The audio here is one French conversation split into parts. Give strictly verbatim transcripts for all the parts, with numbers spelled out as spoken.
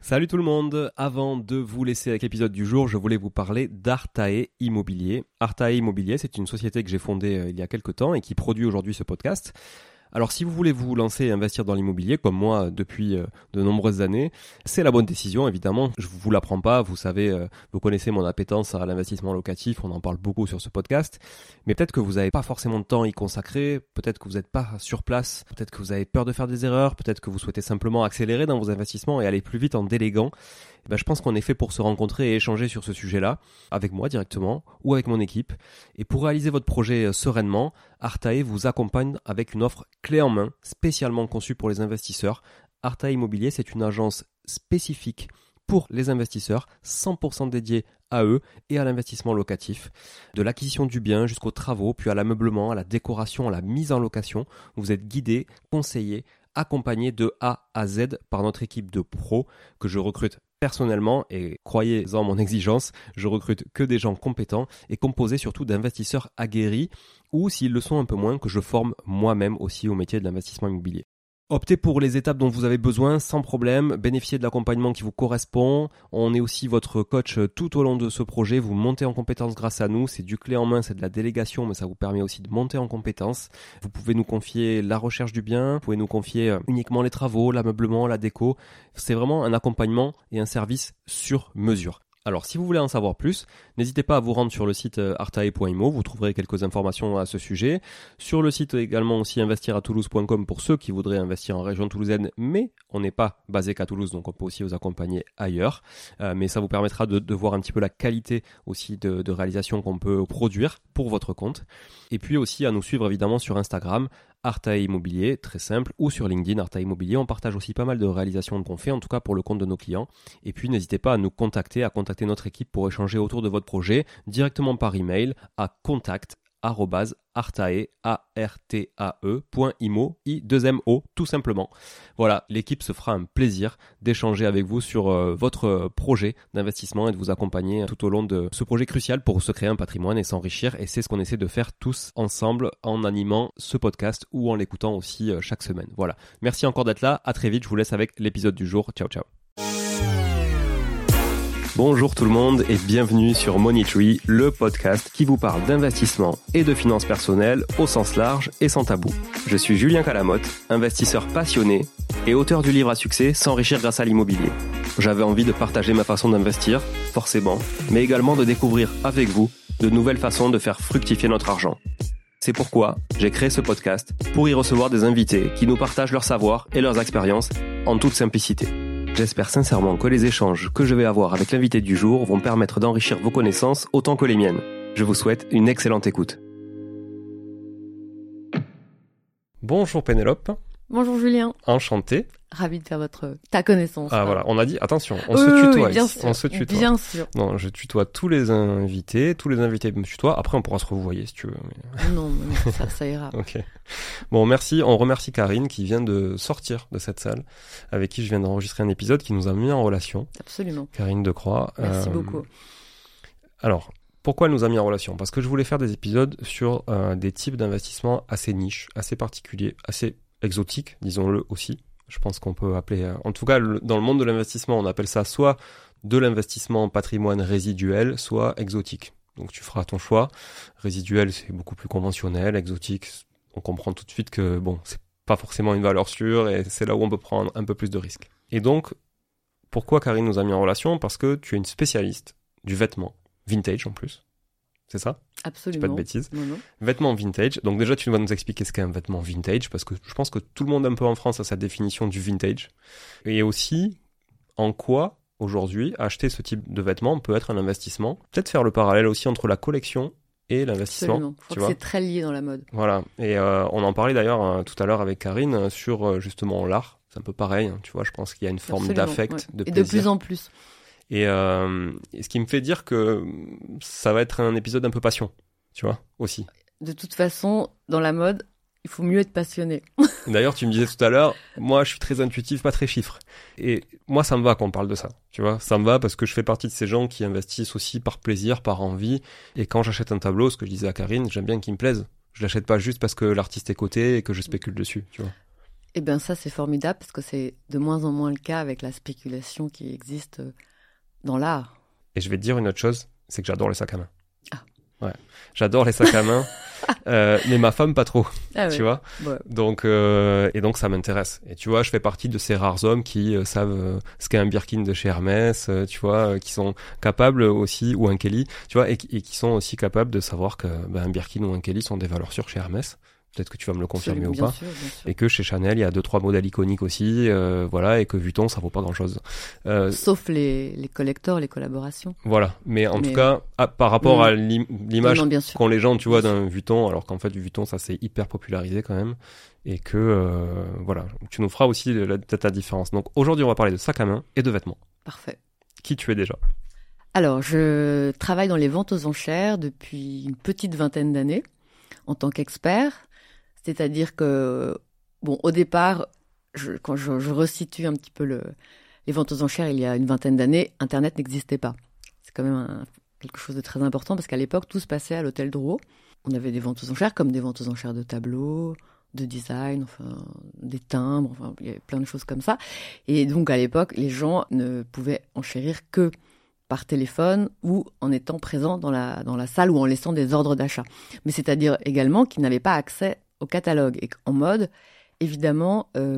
Salut tout le monde, avant de vous laisser avec l'épisode du jour, je voulais vous parler d'Artae Immobilier. Artae Immobilier, c'est une société que j'ai fondée euh, il y a quelques temps et qui produit aujourd'hui ce podcast. Alors si vous voulez vous lancer et investir dans l'immobilier, comme moi depuis euh, de nombreuses années, c'est la bonne décision évidemment. Je vous l'apprends pas, vous savez, euh, vous connaissez mon appétence à l'investissement locatif, on en parle beaucoup sur ce podcast. Mais peut-être que vous n'avez pas forcément de temps à y consacrer, peut-être que vous n'êtes pas sur place, peut-être que vous avez peur de faire des erreurs, peut-être que vous souhaitez simplement accélérer dans vos investissements et aller plus vite en déléguant. Et ben, je pense qu'on est fait pour se rencontrer et échanger sur ce sujet-là, avec moi directement ou avec mon équipe. Et pour réaliser votre projet sereinement, Artae vous accompagne avec une offre clé en main, spécialement conçue pour les investisseurs. Artae Immobilier, c'est une agence spécifique pour les investisseurs, cent pour cent dédiée à eux et à l'investissement locatif. De l'acquisition du bien jusqu'aux travaux, puis à l'ameublement, à la décoration, à la mise en location. Vous êtes guidé, conseillé, accompagné de A à Z par notre équipe de pros que je recrute personnellement, et croyez-en mon exigence, je recrute que des gens compétents et composés surtout d'investisseurs aguerris ou, s'ils le sont un peu moins, que je forme moi-même aussi au métier de l'investissement immobilier. Optez pour les étapes dont vous avez besoin sans problème, bénéficiez de l'accompagnement qui vous correspond. On est aussi votre coach tout au long de ce projet, vous montez en compétences grâce à nous, c'est du clé en main, c'est de la délégation, mais ça vous permet aussi de monter en compétences. Vous pouvez nous confier la recherche du bien, vous pouvez nous confier uniquement les travaux, l'ameublement, la déco. C'est vraiment un accompagnement et un service sur mesure. Alors, si vous voulez en savoir plus, n'hésitez pas à vous rendre sur le site artae point imo, vous trouverez quelques informations à ce sujet. Sur le site également aussi investir à toulouse point com pour ceux qui voudraient investir en région toulousaine, mais on n'est pas basé qu'à Toulouse, donc on peut aussi vous accompagner ailleurs. Euh, mais ça vous permettra de, de voir un petit peu la qualité aussi de, de réalisation qu'on peut produire pour votre compte. Et puis aussi à nous suivre évidemment sur Instagram, Artae Immobilier, très simple, ou sur LinkedIn, Artae Immobilier. On partage aussi pas mal de réalisations qu'on fait, en tout cas pour le compte de nos clients. Et puis n'hésitez pas à nous contacter, à contacter notre équipe pour échanger autour de votre projet directement par email à contact arobase artae point imo, i deux m o tout simplement. Voilà, l'équipe se fera un plaisir d'échanger avec vous sur euh, votre projet d'investissement et de vous accompagner tout au long de ce projet crucial pour se créer un patrimoine et s'enrichir. Et c'est ce qu'on essaie de faire tous ensemble en animant ce podcast ou en l'écoutant aussi euh, chaque semaine. Voilà, merci encore d'être là, à très vite, je vous laisse avec l'épisode du jour. Ciao ciao. Bonjour tout le monde et bienvenue sur Money Tree, le podcast qui vous parle d'investissement et de finances personnelles au sens large et sans tabou. Je suis Julien Calamotte, investisseur passionné et auteur du livre à succès S'enrichir grâce à l'immobilier. J'avais envie de partager ma façon d'investir, forcément, mais également de découvrir avec vous de nouvelles façons de faire fructifier notre argent. C'est pourquoi j'ai créé ce podcast pour y recevoir des invités qui nous partagent leur savoir et leurs expériences en toute simplicité. J'espère sincèrement que les échanges que je vais avoir avec l'invité du jour vont permettre d'enrichir vos connaissances autant que les miennes. Je vous souhaite une excellente écoute. Bonjour Pénélope. Bonjour Julien. Enchanté. Ravi de faire votre ta connaissance. Ah voilà, on a dit attention, on oui, se tutoie. Oui, bien ici. sûr. On se tutoie. Bien sûr. Non, je tutoie tous les invités, tous les invités me tutoient. Après, on pourra se revoyer si tu veux. Mais... Non, non, ça, ça ira. Ok. Bon, merci. On remercie Karine qui vient de sortir de cette salle, avec qui je viens d'enregistrer un épisode qui nous a mis en relation. Absolument. Karine Decroix. Merci euh... beaucoup. Alors, pourquoi elle nous a mis en relation ? Parce que je voulais faire des épisodes sur euh, des types d'investissements assez niches, assez particuliers, assez exotiques, disons-le aussi. Je pense qu'on peut appeler, en tout cas dans le monde de l'investissement, on appelle ça soit de l'investissement en patrimoine résiduel, soit exotique. Donc tu feras ton choix. Résiduel, c'est beaucoup plus conventionnel. Exotique, on comprend tout de suite que bon, c'est pas forcément une valeur sûre et c'est là où on peut prendre un peu plus de risques. Et donc, pourquoi Karine nous a mis en relation ? Parce que tu es une spécialiste du vêtement, vintage en plus. C'est ça ? Absolument. Pas de bêtises. Non, non. Vêtements vintage. Donc déjà, tu vas nous expliquer ce qu'est un vêtement vintage, parce que je pense que tout le monde un peu en France a sa définition du vintage. Et aussi, en quoi, aujourd'hui, acheter ce type de vêtements peut être un investissement. Peut-être faire le parallèle aussi entre la collection et l'investissement. Absolument. Je crois tu que vois c'est très lié dans la mode. Voilà. Et euh, on en parlait d'ailleurs euh, tout à l'heure avec Karine euh, sur euh, justement l'art. C'est un peu pareil, hein, tu vois. Je pense qu'il y a une forme Absolument, d'affect, ouais. de Et plaisir. de plus en plus. Et, euh, et ce qui me fait dire que ça va être un épisode un peu passion. Tu vois, aussi. De toute façon, dans la mode, il faut mieux être passionné. D'ailleurs, tu me disais tout à l'heure, moi, je suis très intuitif, pas très chiffre. Et moi, ça me va qu'on parle de ça. Tu vois, ça me va parce que je fais partie de ces gens qui investissent aussi par plaisir, par envie. Et quand j'achète un tableau, ce que je disais à Karine, j'aime bien qu'il me plaise. Je l'achète pas juste parce que l'artiste est coté et que je spécule dessus, tu vois. Eh bien, ça, c'est formidable parce que c'est de moins en moins le cas avec la spéculation qui existe dans l'art. Et je vais te dire une autre chose, c'est que j'adore les sacs à main. Ah. Ouais. J'adore les sacs à main, euh, mais ma femme pas trop, Ah tu ouais. vois. Ouais. Donc, euh, et donc ça m'intéresse. Et tu vois, je fais partie de ces rares hommes qui euh, savent euh, ce qu'est un Birkin de chez Hermès, euh, tu vois, euh, qui sont capables aussi, ou un Kelly, tu vois, et, et qui sont aussi capables de savoir que ben, un Birkin ou un Kelly sont des valeurs sûres chez Hermès. Peut-être que tu vas me le confirmer Absolument, ou pas. bien sûr, bien sûr. Et que chez Chanel, il y a deux, trois modèles iconiques aussi, euh, voilà, et que Vuitton, ça vaut pas grand chose. Euh, Sauf les, les collectors, les collaborations. voilà. Mais en Mais, tout cas, à, par rapport mmh. à l'im- l'image Non, non, bien sûr. qu'ont les gens, tu vois, Bien d'un Vuitton, alors qu'en fait, Vuitton, ça s'est hyper popularisé quand même. Et que, euh, voilà. Tu nous feras aussi la, ta différence. Donc, aujourd'hui, on va parler de sacs à main et de vêtements. Parfait. Qui tu es déjà? Alors, je travaille dans les ventes aux enchères depuis une petite vingtaine d'années en tant qu'expert. C'est-à-dire que, bon, au départ, je, quand je, je resitue un petit peu le, les ventes aux enchères, il y a une vingtaine d'années, Internet n'existait pas. C'est quand même un, quelque chose de très important parce qu'à l'époque, tout se passait à l'hôtel Drouot. On avait des ventes aux enchères comme des ventes aux enchères de tableaux, de design, enfin, des timbres, enfin, il y avait plein de choses comme ça. Et donc, à l'époque, les gens ne pouvaient enchérir que par téléphone ou en étant présents dans la, dans la salle ou en laissant des ordres d'achat. Mais c'est-à-dire également qu'ils n'avaient pas accès au catalogue et qu'en mode, évidemment, euh,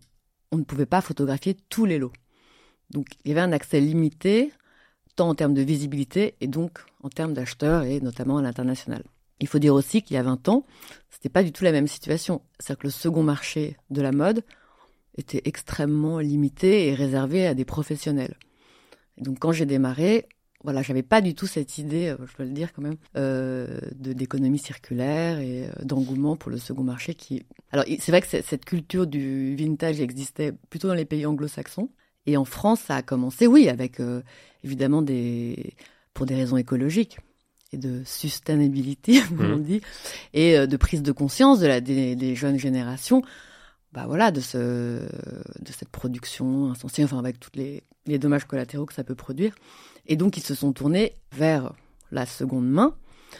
on ne pouvait pas photographier tous les lots. Donc, il y avait un accès limité, tant en termes de visibilité et donc en termes d'acheteurs et notamment à l'international. Il faut dire aussi qu'il y a vingt ans, c'était pas du tout la même situation. C'est-à-dire que le second marché de la mode était extrêmement limité et réservé à des professionnels. Et donc, quand j'ai démarré, voilà, j'avais pas du tout cette idée, je dois le dire quand même, euh, de, d'économie circulaire et euh, d'engouement pour le second marché qui... Alors, c'est vrai que cette culture du vintage existait plutôt dans les pays anglo-saxons. Et en France, ça a commencé, oui, avec euh, évidemment des... pour des raisons écologiques et de sustainability, comme on dit, et euh, de prise de conscience de la, des, des jeunes générations, bah voilà, de, ce, de cette production insensée, enfin avec tous les, les dommages collatéraux que ça peut produire. Et donc, ils se sont tournés vers la seconde main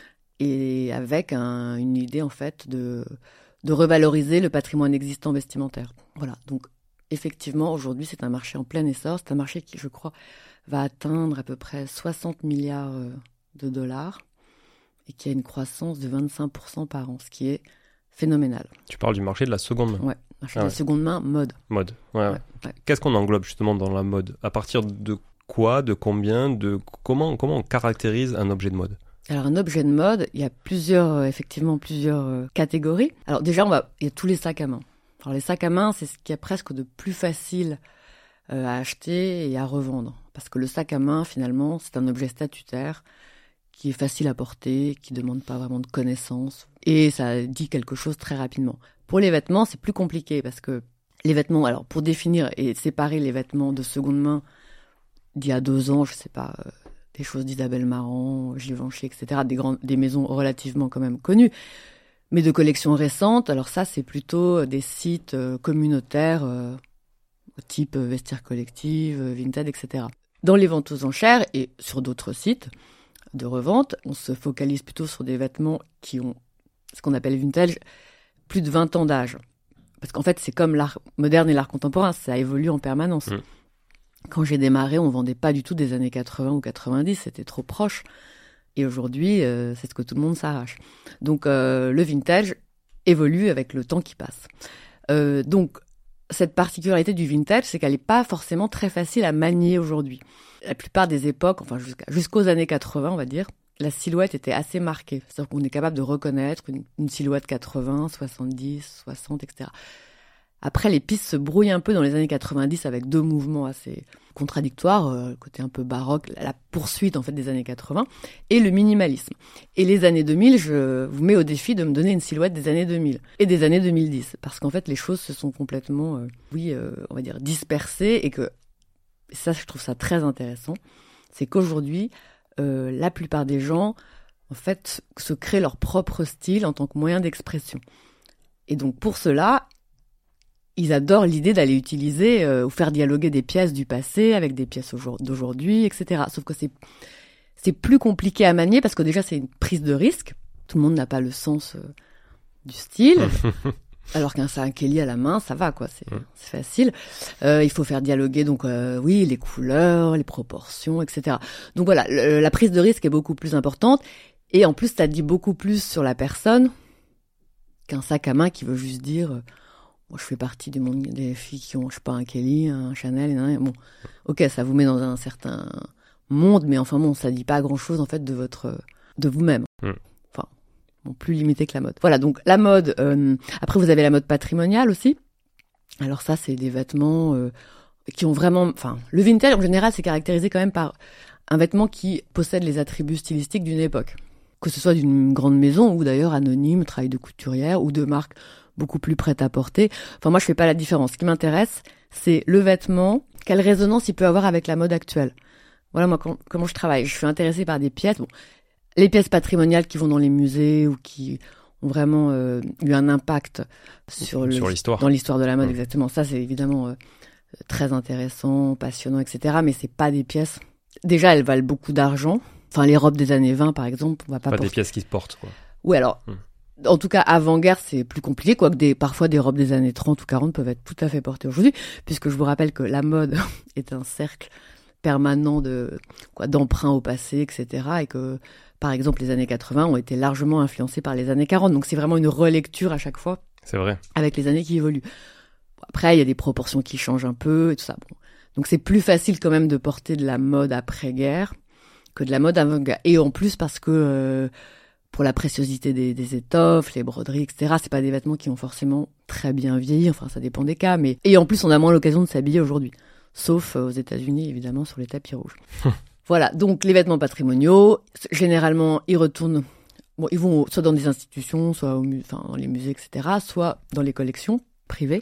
et avec un, une idée, en fait, de, de revaloriser le patrimoine existant vestimentaire. Voilà. Donc, effectivement, aujourd'hui, c'est un marché en plein essor. C'est un marché qui, je crois, va atteindre à peu près soixante milliards de dollars et qui a une croissance de vingt-cinq pour cent par an, ce qui est phénoménal. Tu parles du marché de la seconde main. Ouais, marché ah de ouais. la seconde main, mode. Mode, ouais. ouais. ouais, ouais. Qu'est-ce qu'on englobe justement dans la mode? À partir de quoi, de combien, de comment, comment on caractérise un objet de mode? Alors, un objet de mode, il y a plusieurs, euh, effectivement, plusieurs euh, catégories. Alors, déjà, on va, il y a tous les sacs à main. Alors, les sacs à main, c'est ce qu'il y a presque de plus facile euh, à acheter et à revendre. Parce que le sac à main, finalement, c'est un objet statutaire qui est facile à porter, qui ne demande pas vraiment de connaissances. Et ça dit quelque chose très rapidement. Pour les vêtements, c'est plus compliqué parce que les vêtements, alors, pour définir et séparer les vêtements de seconde main d'il y a deux ans, je sais pas, euh, des choses d'Isabelle Marant, Givenchy, et cetera, des, grandes, des maisons relativement quand même connues, mais de collections récentes, alors ça, c'est plutôt des sites euh, communautaires, euh, type euh, Vestiaire Collective, euh, Vinted, et cetera. Dans les ventes aux enchères et sur d'autres sites de revente, on se focalise plutôt sur des vêtements qui ont ce qu'on appelle vintage, plus de vingt ans d'âge. Parce qu'en fait, c'est comme l'art moderne et l'art contemporain, ça évolue en permanence. Mmh. Quand j'ai démarré, on vendait pas du tout des années quatre-vingts ou quatre-vingt-dix, c'était trop proche. Et aujourd'hui, euh, c'est ce que tout le monde s'arrache. Donc, euh, le vintage évolue avec le temps qui passe. Euh, donc, cette particularité du vintage, c'est qu'elle n'est pas forcément très facile à manier aujourd'hui. La plupart des époques, enfin jusqu'à, jusqu'aux années quatre-vingts, on va dire, la silhouette était assez marquée. C'est-à-dire qu'on est capable de reconnaître une, une silhouette quatre-vingts, soixante-dix, soixante, et cetera. Après, les pistes se brouillent un peu dans les années quatre-vingt-dix avec deux mouvements assez contradictoires, euh, le côté un peu baroque, la poursuite en fait des années quatre-vingts, et le minimalisme. Et les années deux mille, je vous mets au défi de me donner une silhouette des années deux mille et des années deux mille dix, parce qu'en fait, les choses se sont complètement, euh, oui, euh, on va dire, dispersées, et que, ça, je trouve ça très intéressant, c'est qu'aujourd'hui, euh, la plupart des gens, en fait, se créent leur propre style en tant que moyen d'expression. Et donc, pour cela, ils adorent l'idée d'aller utiliser euh, ou faire dialoguer des pièces du passé avec des pièces d'aujourd'hui, et cetera. Sauf que c'est, c'est plus compliqué à manier parce que déjà, c'est une prise de risque. Tout le monde n'a pas le sens euh, du style. Alors qu'un un Kelly à la main, ça va, quoi. C'est, mmh. c'est facile. Euh, il faut faire dialoguer, donc euh, oui, les couleurs, les proportions, et cetera. Donc voilà, le, la prise de risque est beaucoup plus importante. Et en plus, ça dit beaucoup plus sur la personne qu'un sac à main qui veut juste dire, euh, moi, je fais partie des, des filles qui ont, je sais pas, un Kelly, un Chanel, et un, bon, ok, ça vous met dans un certain monde, mais enfin bon, ça dit pas grand-chose en fait de votre, de vous-même. Mmh. Enfin. Bon, plus limité que la mode. Voilà, donc la mode, euh, après vous avez la mode patrimoniale aussi. Alors ça, c'est des vêtements euh, qui ont vraiment... Enfin, le vintage, en général, c'est caractérisé quand même par un vêtement qui possède les attributs stylistiques d'une époque. Que ce soit d'une grande maison, ou d'ailleurs anonyme, travail de couturière, ou de marques beaucoup plus prêtes à porter. Enfin, moi, je fais pas la différence. Ce qui m'intéresse, c'est le vêtement, quelle résonance il peut avoir avec la mode actuelle. Voilà, moi, quand, comment je travaille. Je suis intéressée par des pièces... Bon, les pièces patrimoniales qui vont dans les musées ou qui ont vraiment euh, eu un impact sur, le, sur l'histoire. Dans l'histoire de la mode, mmh. exactement. Ça, c'est évidemment euh, très intéressant, passionnant, et cetera. Mais c'est pas des pièces... Déjà, elles valent beaucoup d'argent. Enfin, les robes des années vingt, par exemple, on va pas... Pas porter... des pièces qui se portent, quoi. Oui, alors... Mmh. En tout cas, avant-guerre, c'est plus compliqué, quoique des, parfois des robes des années trente ou quarante peuvent être tout à fait portées aujourd'hui, puisque je vous rappelle que la mode est un cercle permanent de quoi d'emprunt au passé, et cetera. Et que... Par exemple, les années quatre-vingts ont été largement influencées par les années quarante. Donc, c'est vraiment une relecture à chaque fois. C'est vrai. Avec les années qui évoluent. Après, il y a des proportions qui changent un peu et tout ça. Bon. Donc, c'est plus facile quand même de porter de la mode après-guerre que de la mode avant-guerre. Et en plus, parce que euh, pour la préciosité des, des étoffes, les broderies, et cetera, c'est pas des vêtements qui ont forcément très bien vieilli. Enfin, ça dépend des cas. Mais Et en plus, on a moins l'occasion de s'habiller aujourd'hui. Sauf aux États-Unis, évidemment, sur les tapis rouges. Voilà, donc les vêtements patrimoniaux, généralement, ils retournent, bon, ils vont soit dans des institutions, soit au mu- enfin, dans les musées, et cetera, soit dans les collections privées,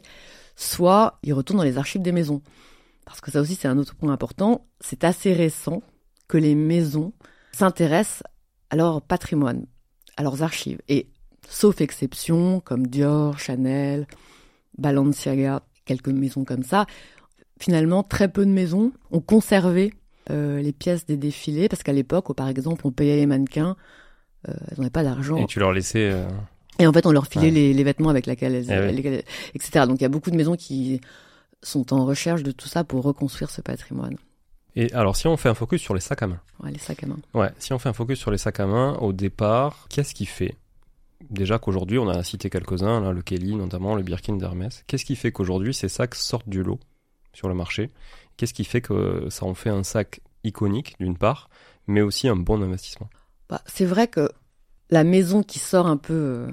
soit ils retournent dans les archives des maisons. Parce que ça aussi, c'est un autre point important. C'est assez récent que les maisons s'intéressent à leur patrimoine, à leurs archives. Et sauf exception, comme Dior, Chanel, Balenciaga, quelques maisons comme ça, finalement, très peu de maisons ont conservé Euh, les pièces des défilés, parce qu'à l'époque, où, par exemple, on payait les mannequins, euh, elles n'avaient pas d'argent. Et tu leur laissais... Euh... Et en fait, on leur filait ouais. les, les vêtements avec lesquels elles, eh oui. lesquels, et cetera. Donc, il y a beaucoup de maisons qui sont en recherche de tout ça pour reconstruire ce patrimoine. Et alors, si on fait un focus sur les sacs à main. Ouais, les sacs à main. Ouais, si on fait un focus sur les sacs à main, au départ, qu'est-ce qui fait déjà qu'aujourd'hui, on a cité quelques-uns, là, le Kelly notamment, le Birkin d'Hermès. Qu'est-ce qui fait qu'aujourd'hui, ces sacs sortent du lot sur le marché ? Qu'est-ce qui fait que ça en fait un sac iconique, d'une part, mais aussi un bon investissement ? Bah, c'est vrai que la maison qui sort un peu... Euh...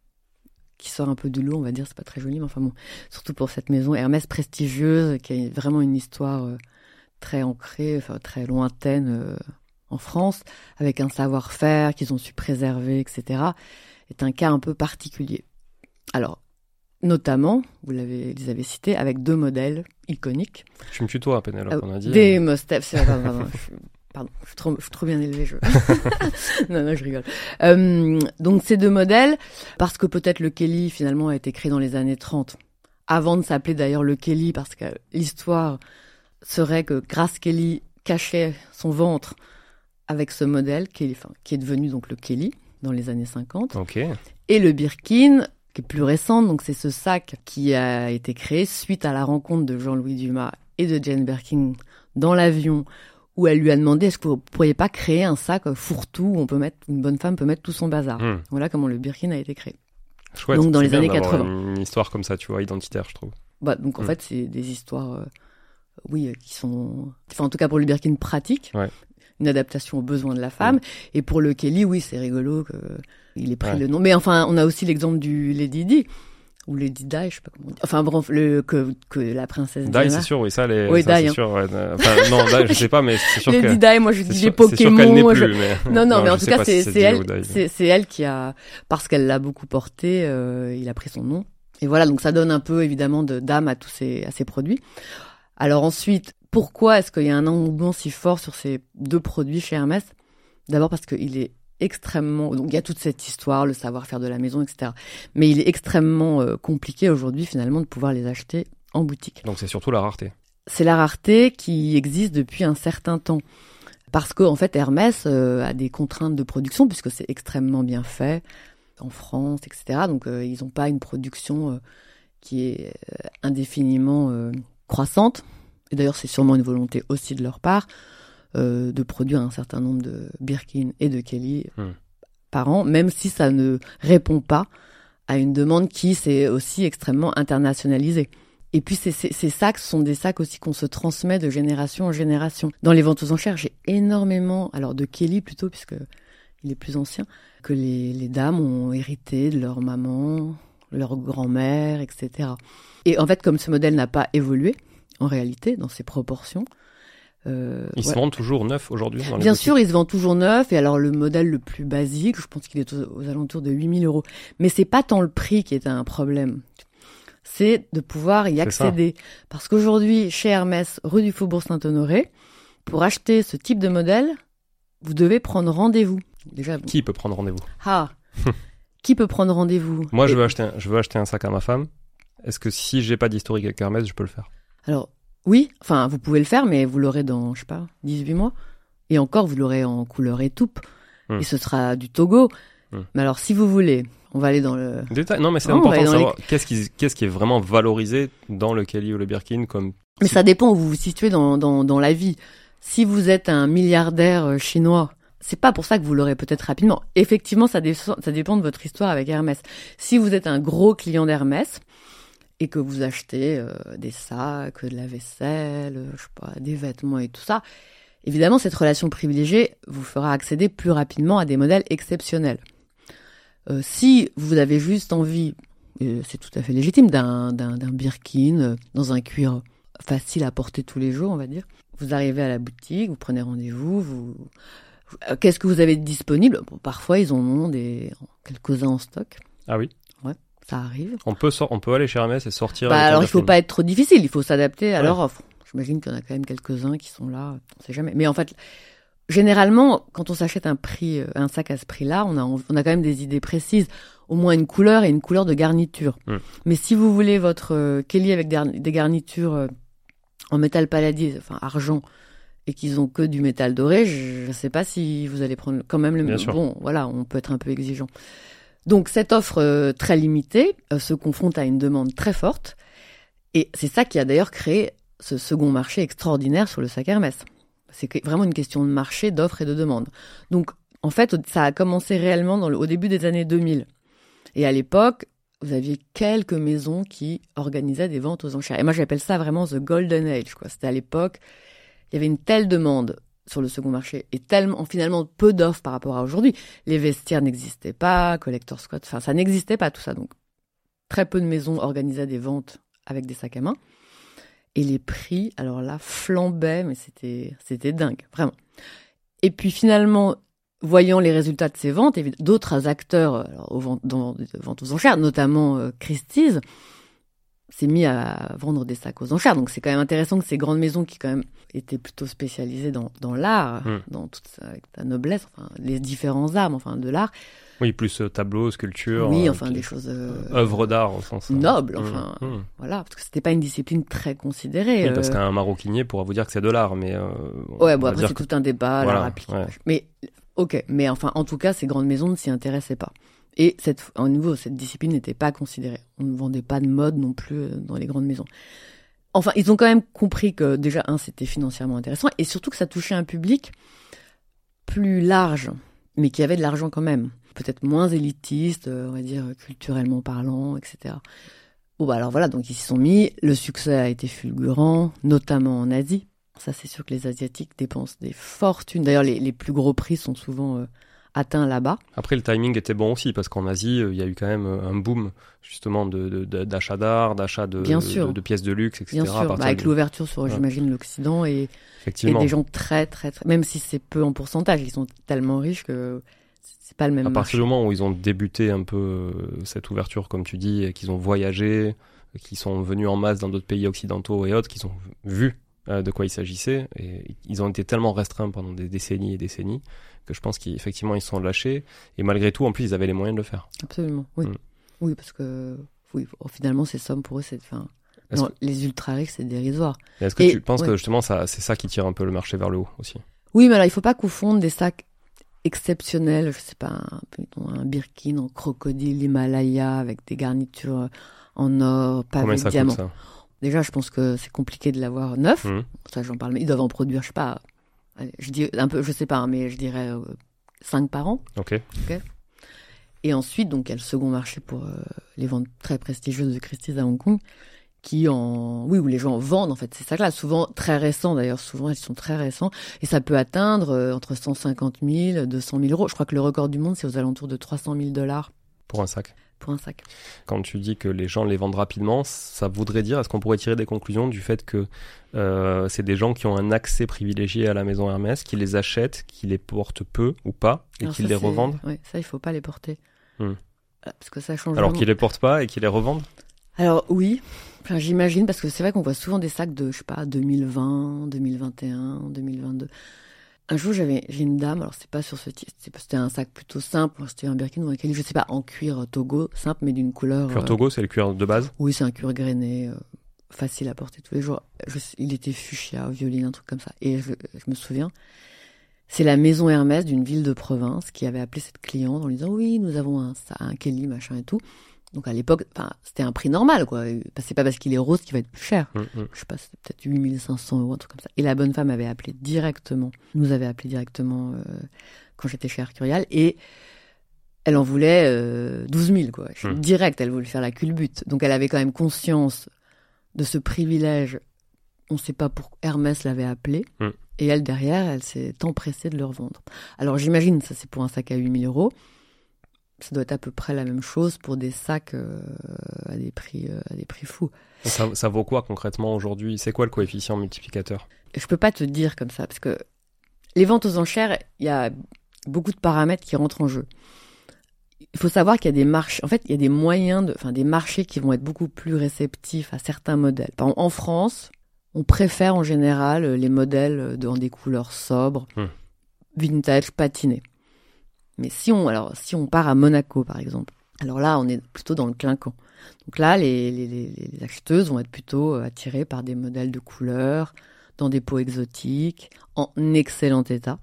qui sort un peu du lot, on va dire, c'est pas très joli, mais enfin bon, surtout pour cette maison Hermès prestigieuse, qui a vraiment une histoire euh, très ancrée, enfin très lointaine euh, en France, avec un savoir-faire qu'ils ont su préserver, et cetera, est un cas un peu particulier. Alors, notamment, vous l'avez, les avez cités, avec deux modèles iconiques. Tu me tutoies, Pénélope, euh, on a dit. Des Mostef, c'est pardon, pardon, je suis... Pardon, je suis trop, je suis trop bien élevée, je... non, non, je rigole. Euh, donc, ces deux modèles, parce que peut-être le Kelly, finalement, a été créé dans les années trente, avant de s'appeler d'ailleurs le Kelly, parce que l'histoire serait que Grace Kelly cachait son ventre avec ce modèle, Kelly, enfin, qui est devenu donc le Kelly, dans les années cinquante. Ok. Et le Birkin, qui est plus récente, donc c'est ce sac qui a été créé suite à la rencontre de Jean-Louis Dumas et de Jane Birkin dans l'avion, où elle lui a demandé, est-ce que vous ne pourriez pas créer un sac fourre-tout où on peut mettre, une bonne femme peut mettre tout son bazar. Mmh. Voilà comment le Birkin a été créé. Chouette, donc dans c'est les bien années quatre-vingts. Une histoire comme ça, tu vois, identitaire, je trouve. Bah, donc en mmh. fait, c'est des histoires, euh, oui, euh, qui sont, enfin en tout cas pour le Birkin pratique, ouais. une adaptation aux besoins de la femme. Mmh. Et pour le Kelly, oui, c'est rigolo que il ait pris ouais. le nom. Mais enfin, on a aussi l'exemple du Lady Di. Ou Lady Di, je sais pas comment dire. Enfin bref, le, que, que la princesse Diana. Di, c'est sûr, oui, ça, les, oui, ça Di, c'est hein. sûr, ouais. Enfin, non, Di, je sais pas, mais c'est sûr Lady que... Lady Di, moi je dis les Pokémon. C'est sûr qu'elle n'est plus, je... mais... Non, non, non, mais en tout cas, c'est, si c'est, elle, Di, c'est, c'est elle qui a, parce qu'elle l'a beaucoup porté, euh, il a pris son nom. Et voilà, donc ça donne un peu, évidemment, de d'âme à tous ces, à ces produits. Alors ensuite, pourquoi est-ce qu'il y a un engouement si fort sur ces deux produits chez Hermès? D'abord parce qu'il est extrêmement, donc il y a toute cette histoire, le savoir-faire de la maison, et cetera. Mais il est extrêmement euh, compliqué aujourd'hui finalement de pouvoir les acheter en boutique. Donc c'est surtout la rareté. C'est la rareté qui existe depuis un certain temps. Parce qu'en fait Hermès euh, a des contraintes de production puisque c'est extrêmement bien fait. qu'en France, et cetera. Donc, euh, ils n'ont pas une production euh, qui est euh, indéfiniment euh, croissante. Et d'ailleurs, c'est sûrement une volonté aussi de leur part euh, de produire un certain nombre de Birkin et de Kelly mmh. par an, même si ça ne répond pas à une demande qui s'est aussi extrêmement internationalisée. Et puis, ces, ces, ces sacs sont des sacs aussi qu'on se transmet de génération en génération. Dans les ventes aux enchères, j'ai énormément, alors de Kelly plutôt, puisque il est plus ancien, que les, les dames ont hérité de leur maman, leur grand-mère, et cetera. Et en fait, comme ce modèle n'a pas évolué, en réalité, dans ses proportions... Euh, ils ouais. se vendent toujours neufs aujourd'hui dans les Bien boutiques. sûr, ils se vendent toujours neufs. Et alors, le modèle le plus basique, je pense qu'il est aux, aux alentours de huit mille euros. Mais c'est pas tant le prix qui est un problème. C'est de pouvoir y accéder. Parce qu'aujourd'hui, chez Hermès, rue du Faubourg Saint-Honoré, pour acheter ce type de modèle, vous devez prendre rendez-vous. Déjà, bon. Qui peut prendre rendez-vous? Ah Qui peut prendre rendez-vous? Moi, je veux, acheter un, je veux acheter un sac à ma femme. Est-ce que si j'ai pas d'historique avec Hermès, je peux le faire? Alors, oui, enfin, vous pouvez le faire, mais vous l'aurez dans, je sais pas, dix-huit mois. Et encore, vous l'aurez en couleur étoupe. Hum. Et ce sera du Togo. Hum. Mais alors, si vous voulez... On va aller dans le... Détail. Non, mais c'est oh, important de savoir les... qu'est-ce, qui, qu'est-ce qui est vraiment valorisé dans le Kelly ou le Birkin comme... Mais ça dépend où vous vous situez dans, dans, dans la vie. Si vous êtes un milliardaire chinois, c'est pas pour ça que vous l'aurez peut-être rapidement. Effectivement, ça, dé... ça dépend de votre histoire avec Hermès. Si vous êtes un gros client d'Hermès et que vous achetez euh, des sacs, de la vaisselle, je sais pas, des vêtements et tout ça, évidemment, cette relation privilégiée vous fera accéder plus rapidement à des modèles exceptionnels. Euh, si vous avez juste envie, et c'est tout à fait légitime, d'un, d'un, d'un Birkin euh, dans un cuir facile à porter tous les jours, on va dire, vous arrivez à la boutique, vous prenez rendez-vous, vous, euh, qu'est-ce que vous avez de disponible? Bon, parfois, ils en ont des, quelques-uns en stock. Ah oui? Ouais, ça arrive. On peut, so- on peut aller chez Hermès et sortir. Bah, alors, il faut pas être trop difficile, il faut s'adapter à ouais. leur offre. J'imagine qu'il y en a quand même quelques-uns qui sont là, on sait jamais. Mais en fait, généralement, quand on s'achète un prix, un sac à ce prix-là, on a, on a quand même des idées précises, au moins une couleur et une couleur de garniture. Mmh. Mais si vous voulez votre euh, Kelly avec des, des garnitures euh, en métal palladier, enfin argent, et qu'ils ont que du métal doré, je ne sais pas si vous allez prendre quand même le même. Bon, voilà, on peut être un peu exigeant. Donc cette offre euh, très limitée euh, se confronte à une demande très forte, et c'est ça qui a d'ailleurs créé ce second marché extraordinaire sur le sac Hermès. C'est vraiment une question de marché, d'offre et de demande. Donc, en fait, ça a commencé réellement dans le, au début des années deux mille. Et à l'époque, vous aviez quelques maisons qui organisaient des ventes aux enchères. Et moi, j'appelle ça vraiment the golden age, quoi. C'était à l'époque, il y avait une telle demande sur le second marché et tellement, finalement, peu d'offres par rapport à aujourd'hui. Les vestiaires n'existaient pas, Collector Scott, enfin, ça n'existait pas, tout ça. Donc, très peu de maisons organisaient des ventes avec des sacs à main. Et les prix, alors là, flambaient, mais c'était, c'était dingue, vraiment. Et puis finalement, voyant les résultats de ces ventes, d'autres acteurs alors, aux ventes, dans les ventes aux enchères, notamment euh, Christie's, s'est mis à vendre des sacs aux enchères. Donc c'est quand même intéressant que ces grandes maisons qui quand même étaient plutôt spécialisées dans, dans l'art, mmh. dans toute sa, avec la noblesse, enfin les différents arts, enfin de l'art. Oui, plus euh, tableaux, sculptures. Oui, enfin euh, des choses. Euh, œuvres d'art au sens. Nobles, euh, enfin. Mmh. Voilà, parce que c'était pas une discipline très considérée. Oui, parce euh... qu'un maroquinier pourra vous dire que c'est de l'art, mais. Euh, ouais, bon, après c'est que... tout un débat, voilà, l'art appliqué. Ouais. Mais, ok, mais enfin, en tout cas, ces grandes maisons ne s'y intéressaient pas. Et cette, à nouveau, cette discipline n'était pas considérée. On ne vendait pas de mode non plus dans les grandes maisons. Enfin, ils ont quand même compris que déjà, un, c'était financièrement intéressant, et surtout que ça touchait un public plus large, mais qui avait de l'argent quand même. Peut-être moins élitiste, on va dire, culturellement parlant, et cetera. Bon, bah alors voilà, donc ils s'y sont mis. Le succès a été fulgurant, notamment en Asie. Ça, c'est sûr que les Asiatiques dépensent des fortunes. D'ailleurs, les, les plus gros prix sont souvent euh, atteints là-bas. Après, le timing était bon aussi, parce qu'en Asie, il y a eu quand même un boom, justement, de, de, de, d'achat d'art, d'achat de, de, de pièces de luxe, et cetera. Bien sûr, bah, avec de... l'ouverture sur, ouais. j'imagine, l'Occident et, et des gens très, très, très... Même si c'est peu en pourcentage, ils sont tellement riches que... c'est pas le même à marché. partir du moment où ils ont débuté un peu euh, cette ouverture, comme tu dis, et qu'ils ont voyagé, qu'ils sont venus en masse dans d'autres pays occidentaux et autres, qu'ils ont vu euh, de quoi il s'agissait, et ils ont été tellement restreints pendant des décennies et décennies que je pense qu'effectivement ils se sont lâchés, et malgré tout, en plus, ils avaient les moyens de le faire. Absolument, oui. Mm. Oui, parce que oui, finalement, ces sommes pour eux, c'est... Enfin, non, que... les ultra-riches, c'est dérisoire. Et est-ce que et, tu penses ouais. que justement, ça, c'est ça qui tire un peu le marché vers le haut aussi? Oui, mais alors, il ne faut pas confondre des sacs exceptionnel, je sais pas, un, un Birkin en crocodile Himalaya avec des garnitures en or, pavé Combien de ça diamants. coûte, ça? Déjà, je pense que c'est compliqué de l'avoir neuf. Mmh. Ça, j'en parle, mais ils doivent en produire, je sais pas, allez, je dis un peu, je sais pas, hein, mais je dirais euh, cinq par an. Ok. Ok. Et ensuite, donc, il y a le second marché pour euh, les ventes très prestigieuses de Christie's à Hong Kong, qui en, oui, où les gens vendent, en fait, ces sacs-là, souvent très récents, d'ailleurs, souvent, ils sont très récents, et ça peut atteindre euh, entre cent cinquante mille, deux cent mille euros. Je crois que le record du monde, c'est aux alentours de trois cent mille dollars. Pour un sac. Pour un sac. Quand tu dis que les gens les vendent rapidement, ça voudrait dire, est-ce qu'on pourrait tirer des conclusions du fait que euh, c'est des gens qui ont un accès privilégié à la maison Hermès, qui les achètent, qui les portent peu ou pas, et Alors qui ça, les c'est- revendent? Ouais, ça, il faut pas les porter. Hmm. Parce que ça change Alors vraiment. qu'ils les portent pas et qu'ils les revendent? Alors oui, enfin, j'imagine, parce que c'est vrai qu'on voit souvent des sacs de, je sais pas, deux mille vingt, deux mille vingt et un, deux mille vingt-deux. Un jour, j'avais, j'ai une dame, alors c'est pas sur ce type, c'était un sac plutôt simple, c'était un Birkin ou un Kelly, je sais pas, en cuir Togo, simple, mais d'une couleur... Cuir euh, Togo, c'est le cuir de base? Oui, c'est un cuir grainé, euh, facile à porter tous les jours. Je, il était fuchsia, violine, un truc comme ça. Et je, je me souviens, c'est la maison Hermès d'une ville de province qui avait appelé cette cliente en lui disant « Oui, nous avons un, ça, un Kelly, machin et tout ». Donc à l'époque, c'était un prix normal, quoi. C'est pas parce qu'il est rose qu'il va être plus cher. Mmh, mmh. Je sais pas, c'était peut-être huit mille cinq cents euros, un truc comme ça. Et la bonne femme avait appelé directement, nous avait appelé directement euh, quand j'étais chez Arcurial, et elle en voulait euh, douze mille, quoi. Mmh. Direct, elle voulait faire la culbute. Donc elle avait quand même conscience de ce privilège. On ne sait pas pourquoi Hermès l'avait appelé. Mmh. Et elle, derrière, elle s'est empressée de le revendre. Alors j'imagine, ça c'est pour un sac à huit mille euros. Ça doit être à peu près la même chose pour des sacs euh, à des prix euh, à des prix fous. Ça, ça vaut quoi concrètement aujourd'hui? C'est quoi le coefficient multiplicateur? Je peux pas te dire comme ça parce que les ventes aux enchères, il y a beaucoup de paramètres qui rentrent en jeu. Il faut savoir qu'il y a des marchés, en fait, il y a des moyens de, enfin des marchés qui vont être beaucoup plus réceptifs à certains modèles. Par exemple, en France, on préfère en général les modèles dans des couleurs sobres, mmh. vintage, patinés. Mais si on, alors, si on part à Monaco, par exemple, alors là, on est plutôt dans le clinquant. Donc là, les, les, les, les acheteuses vont être plutôt attirées par des modèles de couleurs, dans des peaux exotiques, en excellent état.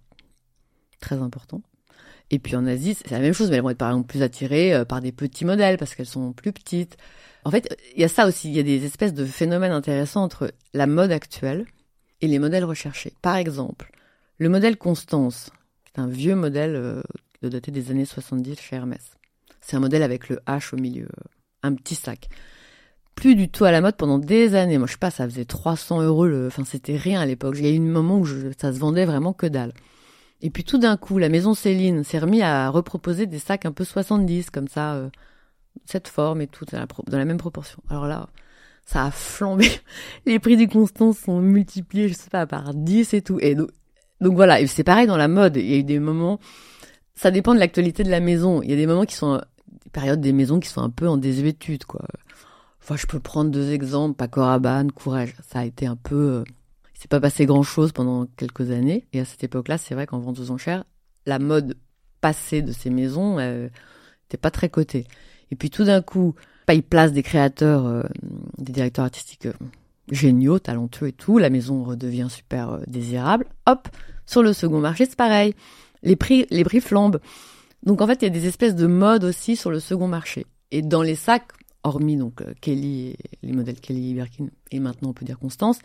Très important. Et puis en Asie, c'est la même chose, mais elles vont être par exemple plus attirées par des petits modèles, parce qu'elles sont plus petites. En fait, il y a ça aussi, il y a des espèces de phénomènes intéressants entre la mode actuelle et les modèles recherchés. Par exemple, le modèle Constance, c'est un vieux modèle... Euh, de dater des années soixante-dix chez Hermès. C'est un modèle avec le H au milieu, un petit sac. Plus du tout à la mode pendant des années. Moi, je sais pas, ça faisait trois cents euros. Le... Enfin, c'était rien à l'époque. Il y a eu un moment où je... ça se vendait vraiment que dalle. Et puis tout d'un coup, la maison Céline s'est remis à reproposer des sacs un peu soixante-dix, comme ça, euh, cette forme et tout, dans la, pro... dans la même proportion. Alors là, ça a flambé. Les prix du Constance sont multipliés, je sais pas, par dix et tout. Et donc, donc voilà, et c'est pareil dans la mode. Il y a eu des moments... Ça dépend de l'actualité de la maison. Il y a des moments qui sont, des périodes des maisons qui sont un peu en désuétude, quoi. Enfin, je peux prendre deux exemples. Paco Rabanne, Courrèges. Ça a été un peu, euh, il s'est pas passé grand chose pendant quelques années. Et à cette époque-là, c'est vrai qu'en vente aux enchères, la mode passée de ces maisons, euh, était pas très cotée. Et puis tout d'un coup, bah, ils placent des créateurs, euh, des directeurs artistiques euh, géniaux, talentueux et tout. La maison redevient super euh, désirable. Hop, sur le second marché, c'est pareil. Les prix, les prix flambent. Donc en fait, il y a des espèces de modes aussi sur le second marché. Et dans les sacs, hormis donc euh, Kelly, et les modèles Kelly et Birkin, et maintenant on peut dire Constance,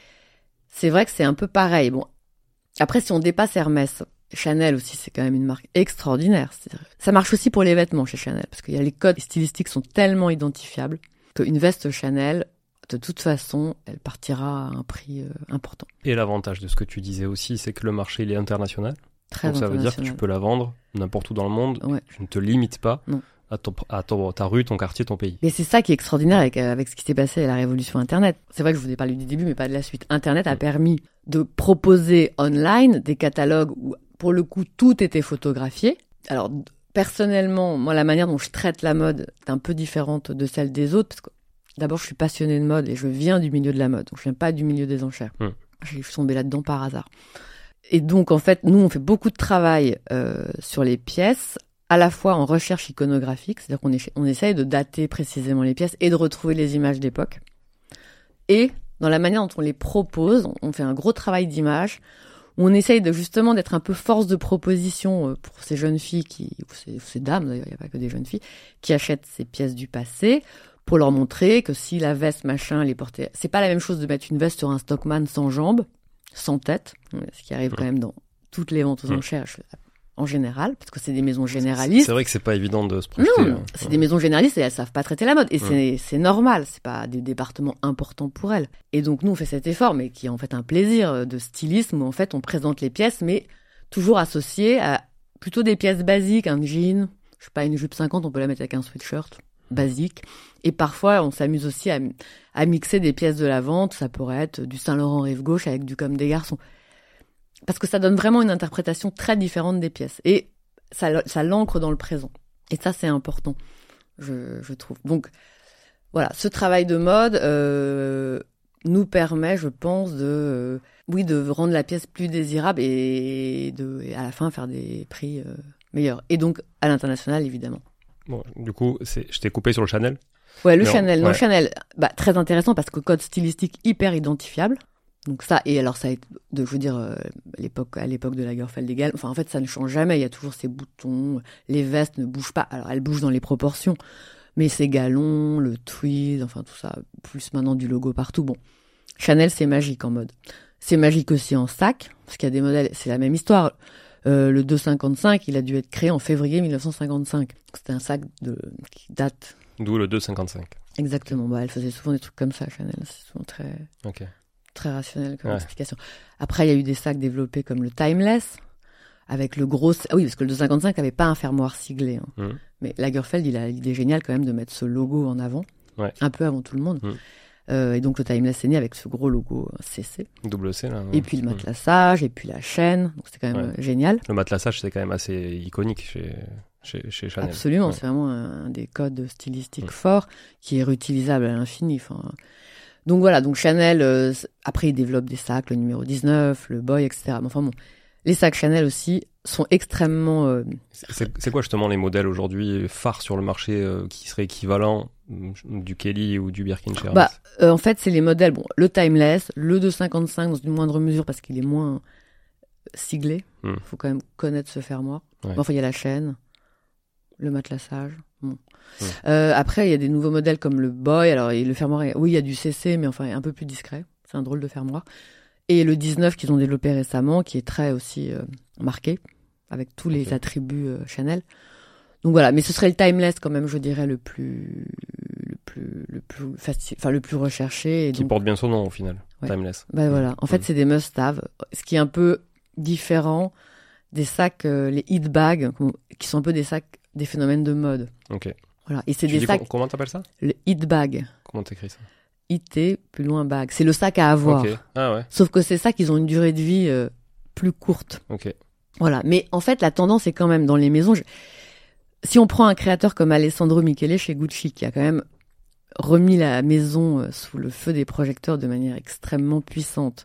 c'est vrai que c'est un peu pareil. Bon, après si on dépasse Hermès, Chanel aussi, c'est quand même une marque extraordinaire. C'est-à-dire, ça marche aussi pour les vêtements chez Chanel, parce qu'il y a les codes stylistiques sont tellement identifiables qu'une veste Chanel, de toute façon, elle partira à un prix euh, important. Et l'avantage de ce que tu disais aussi, c'est que le marché il est international. Très Donc ça veut dire que tu peux la vendre n'importe où dans le monde. Ouais. Tu ne te limites pas non. à, ton, à ton, ta rue, ton quartier, ton pays. Mais c'est ça qui est extraordinaire avec, avec ce qui s'est passé à la révolution Internet. C'est vrai que je vous ai parlé du début, mais pas de la suite. Internet a permis de proposer online des catalogues où, pour le coup, tout était photographié. Alors, personnellement, moi, la manière dont je traite la mode est un peu différente de celle des autres, parce que d'abord, je suis passionnée de mode et je viens du milieu de la mode. Donc, je viens pas du milieu des enchères. Hum. Je suis tombée là-dedans par hasard. Et donc, en fait, nous, on fait beaucoup de travail euh, sur les pièces, à la fois en recherche iconographique, c'est-à-dire qu'on est, on essaye de dater précisément les pièces et de retrouver les images d'époque. Et dans la manière dont on les propose, on fait un gros travail d'image où on essaye de justement d'être un peu force de proposition pour ces jeunes filles qui, ou ces, ces dames d'ailleurs, il n'y a pas que des jeunes filles, qui achètent ces pièces du passé, pour leur montrer que si la veste machin les portait, c'est pas la même chose de mettre une veste sur un Stockman sans jambes, sans tête, ce qui arrive quand même dans toutes les ventes aux enchères en général, parce que c'est des maisons généralistes. C'est vrai que c'est pas évident de se projeter. Non, c'est ouais. des maisons généralistes et elles savent pas traiter la mode. Et ouais. c'est, c'est normal, c'est pas des départements importants pour elles. Et donc nous, on fait cet effort, mais qui est en fait un plaisir de stylisme, où en fait on présente les pièces, mais toujours associées à plutôt des pièces basiques, un jean, je sais pas, une jupe cinquante, on peut la mettre avec un sweatshirt basique. Et parfois, on s'amuse aussi à, à mixer des pièces de la vente. Ça pourrait être du Saint-Laurent rive gauche avec du Comme des garçons. Parce que ça donne vraiment une interprétation très différente des pièces. Et ça, ça l'ancre dans le présent. Et ça, c'est important, je, je trouve. Donc, voilà, ce travail de mode euh, nous permet, je pense, de, euh, oui, de rendre la pièce plus désirable et, de, et à la fin faire des prix euh, meilleurs. Et donc, à l'international, évidemment. Bon, du coup, c'est, je t'ai coupé sur le Chanel. Ouais, le non, Chanel. ouais. Non, Chanel, bah, très intéressant parce que code stylistique hyper identifiable. Donc ça, et alors ça, de, je veux dire, euh, l'époque, à l'époque de Lagerfeld égal, enfin en fait ça ne change jamais, il y a toujours ces boutons, les vestes ne bougent pas, alors elles bougent dans les proportions, mais ces galons, le tweed, enfin tout ça, plus maintenant du logo partout, bon. Chanel c'est magique en mode. C'est magique aussi en sac, parce qu'il y a des modèles, c'est la même histoire. Euh, le deux cinquante-cinq, il a dû être créé en février mille neuf cent cinquante-cinq. C'était un sac de, qui date. D'où le deux cinquante-cinq. Exactement, bah elle faisait souvent des trucs comme ça, Chanel, c'est souvent très... Ok. Très rationnel comme ouais. explication. Après, il y a eu des sacs développés comme le Timeless, avec le gros... Ah oui, parce que le deux cinquante-cinq n'avait pas un fermoir siglé. Hein. Mmh. Mais Lagerfeld, il a l'idée géniale quand même de mettre ce logo en avant, ouais. un peu avant tout le monde. Mmh. Euh, et donc, le Timeless est né avec ce gros logo C C. Double C, là. Ouais. Et puis le matelassage, mmh. et puis la chaîne. Donc, c'était quand même ouais. génial. Le matelassage, c'est quand même assez iconique chez... Chez, chez Chanel. Absolument, ouais. c'est vraiment un, un des codes stylistiques mmh. forts qui est réutilisable à l'infini. Enfin... Donc voilà, donc Chanel, euh, après il développe des sacs, le numéro dix-neuf, le Boy, et cetera. Mais enfin bon, les sacs Chanel aussi sont extrêmement... Euh... C'est, c'est quoi justement les modèles aujourd'hui phares sur le marché euh, qui seraient équivalents du Kelly ou du Birkin chez Hermès? Bah, euh, en fait, c'est les modèles, bon, le Timeless, le deux cinquante-cinq dans une moindre mesure parce qu'il est moins siglé. Il mm. faut quand même connaître ce fermoir. Ouais. Bon, enfin, il y a la chaîne, le matelassage... Bon. Mmh. Euh, après, il y a des nouveaux modèles comme le Boy. Alors, le fermoir, est... oui, il y a du C C, mais enfin, un peu plus discret. C'est un drôle de fermoir. Et le dix-neuf qu'ils ont développé récemment, qui est très aussi euh, marqué, avec tous les okay. attributs euh, Chanel. Donc voilà, mais ce serait le Timeless quand même, je dirais, le plus, le plus, le plus facile, enfin le plus recherché. Et qui donc... porte bien son nom au final, ouais. Timeless. Ben mmh. voilà. En fait, mmh. c'est des must-have, ce qui est un peu différent des sacs, euh, les hit bags, qui sont un peu des sacs des phénomènes de mode. Ok. Voilà. Et c'est tu des dis sacs. Comment t'appelles ça? Le hit bag. Comment t'écris ça? I T plus loin bag. C'est le sac à avoir. Ok. Ah ouais. Sauf que ces sacs, ils ont une durée de vie euh, plus courte. Ok. Voilà. Mais en fait, la tendance est quand même dans les maisons. Je... Si on prend un créateur comme Alessandro Michele chez Gucci, qui a quand même remis la maison euh, sous le feu des projecteurs de manière extrêmement puissante,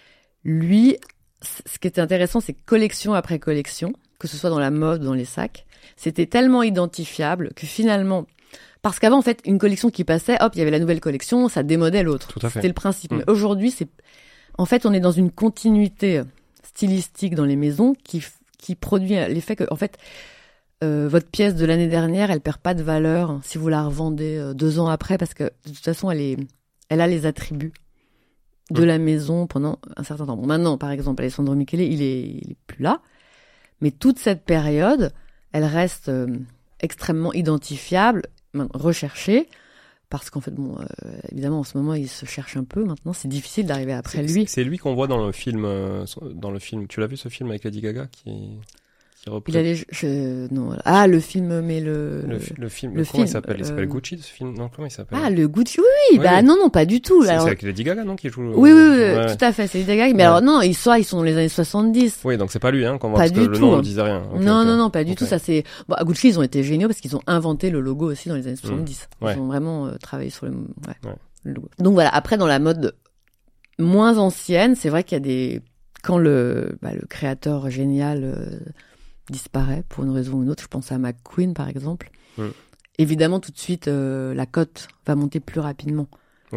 lui, ce qui était intéressant, c'est que collection après collection, que ce soit dans la mode, dans les sacs, c'était tellement identifiable que finalement, parce qu'avant, en fait, une collection qui passait, hop, il y avait la nouvelle collection, ça démodait l'autre. Tout à fait. C'était le principe. Mmh. Mais aujourd'hui, c'est, en fait, on est dans une continuité stylistique dans les maisons qui, qui produit l'effet que, en fait, euh, votre pièce de l'année dernière, elle perd pas de valeur si vous la revendez euh, deux ans après, parce que de toute façon, elle est, elle a les attributs de mmh. la maison pendant un certain temps. Bon, maintenant, par exemple, Alessandro Michele, il est, il est plus là. Mais toute cette période, elle reste euh, extrêmement identifiable, recherchée, parce qu'en fait, bon, euh, évidemment, en ce moment, il se cherche un peu. Maintenant, c'est difficile d'arriver après c'est, lui. C'est lui qu'on voit dans le film. Euh, dans le film. Tu l'as vu ce film avec Lady Gaga qui, qui Il a les, je, non, ah, le film, mais le. Le, le film. Le comment film, il s'appelle Il s'appelle euh... Gucci, ce film. Non, comment il s'appelle Ah, le Gucci. Oui, oui. oui bah oui. non, non, pas du tout. C'est, alors... c'est avec Lady Gaga, non, qui joue. Oui, oui, oui, ouais. tout à fait. C'est Lady Gaga. Mais ouais. alors non, ils sont, ils sont dans les années soixante-dix. Oui, donc c'est pas lui, hein, qu'on voit. Pas parce du que tout. Le nom ne disait rien. Okay, non, okay. non, non, pas du okay. tout. Ça c'est. Bon, à Gucci, ils ont été géniaux parce qu'ils ont inventé le logo aussi dans les années soixante-dix. Mmh. Ouais. Ils ont vraiment euh, travaillé sur le, ouais, ouais. le logo. Donc voilà. Après, dans la mode moins ancienne, c'est vrai qu'il y a des quand le bah, le créateur génial euh, disparaît pour une raison ou une autre. Je pense à McQueen par exemple. Mmh. Évidemment, tout de suite, euh, la cote va monter plus rapidement. Ok.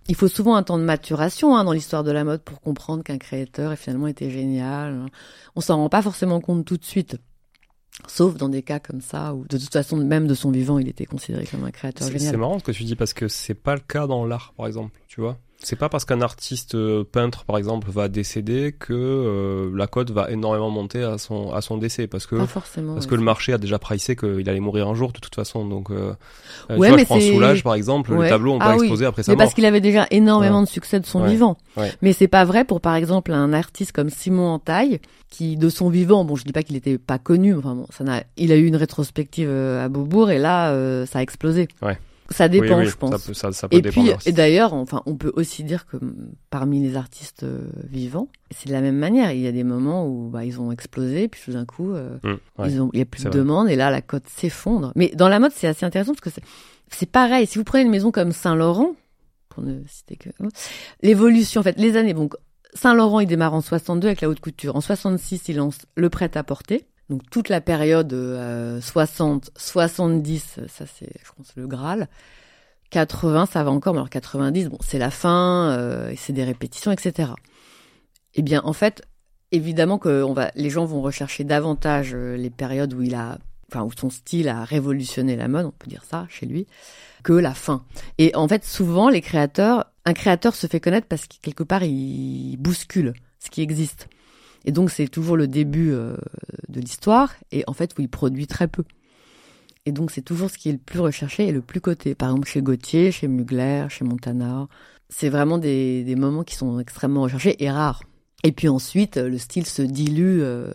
Il faut souvent un temps de maturation hein, dans l'histoire de la mode pour comprendre qu'un créateur est finalement été génial. On s'en rend pas forcément compte tout de suite. Sauf dans des cas comme ça, où de toute façon, même de son vivant, il était considéré comme un créateur c'est, génial. C'est marrant ce que tu dis, parce que c'est pas le cas dans l'art, par exemple, tu vois. C'est pas parce qu'un artiste euh, peintre, par exemple, va décéder que euh, la cote va énormément monter à son, à son décès, parce que, pas forcément, parce ouais, que c'est... le marché a déjà pricé qu'il allait mourir un jour, de toute façon. Donc, euh, ouais, tu vois, mais je prends c'est... Soulage, par exemple, ouais. les tableaux ont ah, pas oui. explosé après sa mais mort. parce qu'il avait déjà énormément ouais. de succès de son ouais. vivant. Ouais. Mais c'est pas vrai pour, par exemple, un artiste comme Simon Entaille, qui, de son vivant, bon, je dis pas qu'il était pas connu, enfin bon, ça n'a, il a eu une rétrospective à Beaubourg et là, euh, ça a explosé. Ouais. Ça dépend, oui, oui, je pense. Ça peut, ça, ça peut et dépendre. puis, et d'ailleurs, enfin, on peut aussi dire que parmi les artistes euh, vivants, c'est de la même manière. Il y a des moments où bah, ils ont explosé, puis tout d'un coup, euh, mmh, ouais, ils ont, il y a plus de demandes, et là, la cote s'effondre. Mais dans la mode, c'est assez intéressant parce que c'est, c'est pareil. Si vous prenez une maison comme Saint-Laurent, pour ne citer que l'évolution, en fait, les années. Donc, Saint-Laurent, il démarre en soixante-deux avec la haute couture. En soixante-six, il lance le prêt-à-porter. Donc toute la période euh, soixante, soixante-dix, ça c'est, je pense, le Graal. quatre-vingts, ça va encore, mais alors quatre-vingt-dix, bon, c'est la fin, euh, et c'est des répétitions, et cetera. Eh bien, en fait, évidemment que on va, les gens vont rechercher davantage euh, les périodes où il a, enfin, où son style a révolutionné la mode, on peut dire ça chez lui, que la fin. Et en fait, souvent, les créateurs, un créateur se fait connaître parce que quelque part, il bouscule ce qui existe. Et donc, c'est toujours le début euh, de l'histoire, et en fait, où il produit très peu. Et donc, c'est toujours ce qui est le plus recherché et le plus coté. Par exemple, chez Gaultier, chez Mugler, chez Montana. C'est vraiment des, des moments qui sont extrêmement recherchés et rares. Et puis ensuite, le style se dilue euh,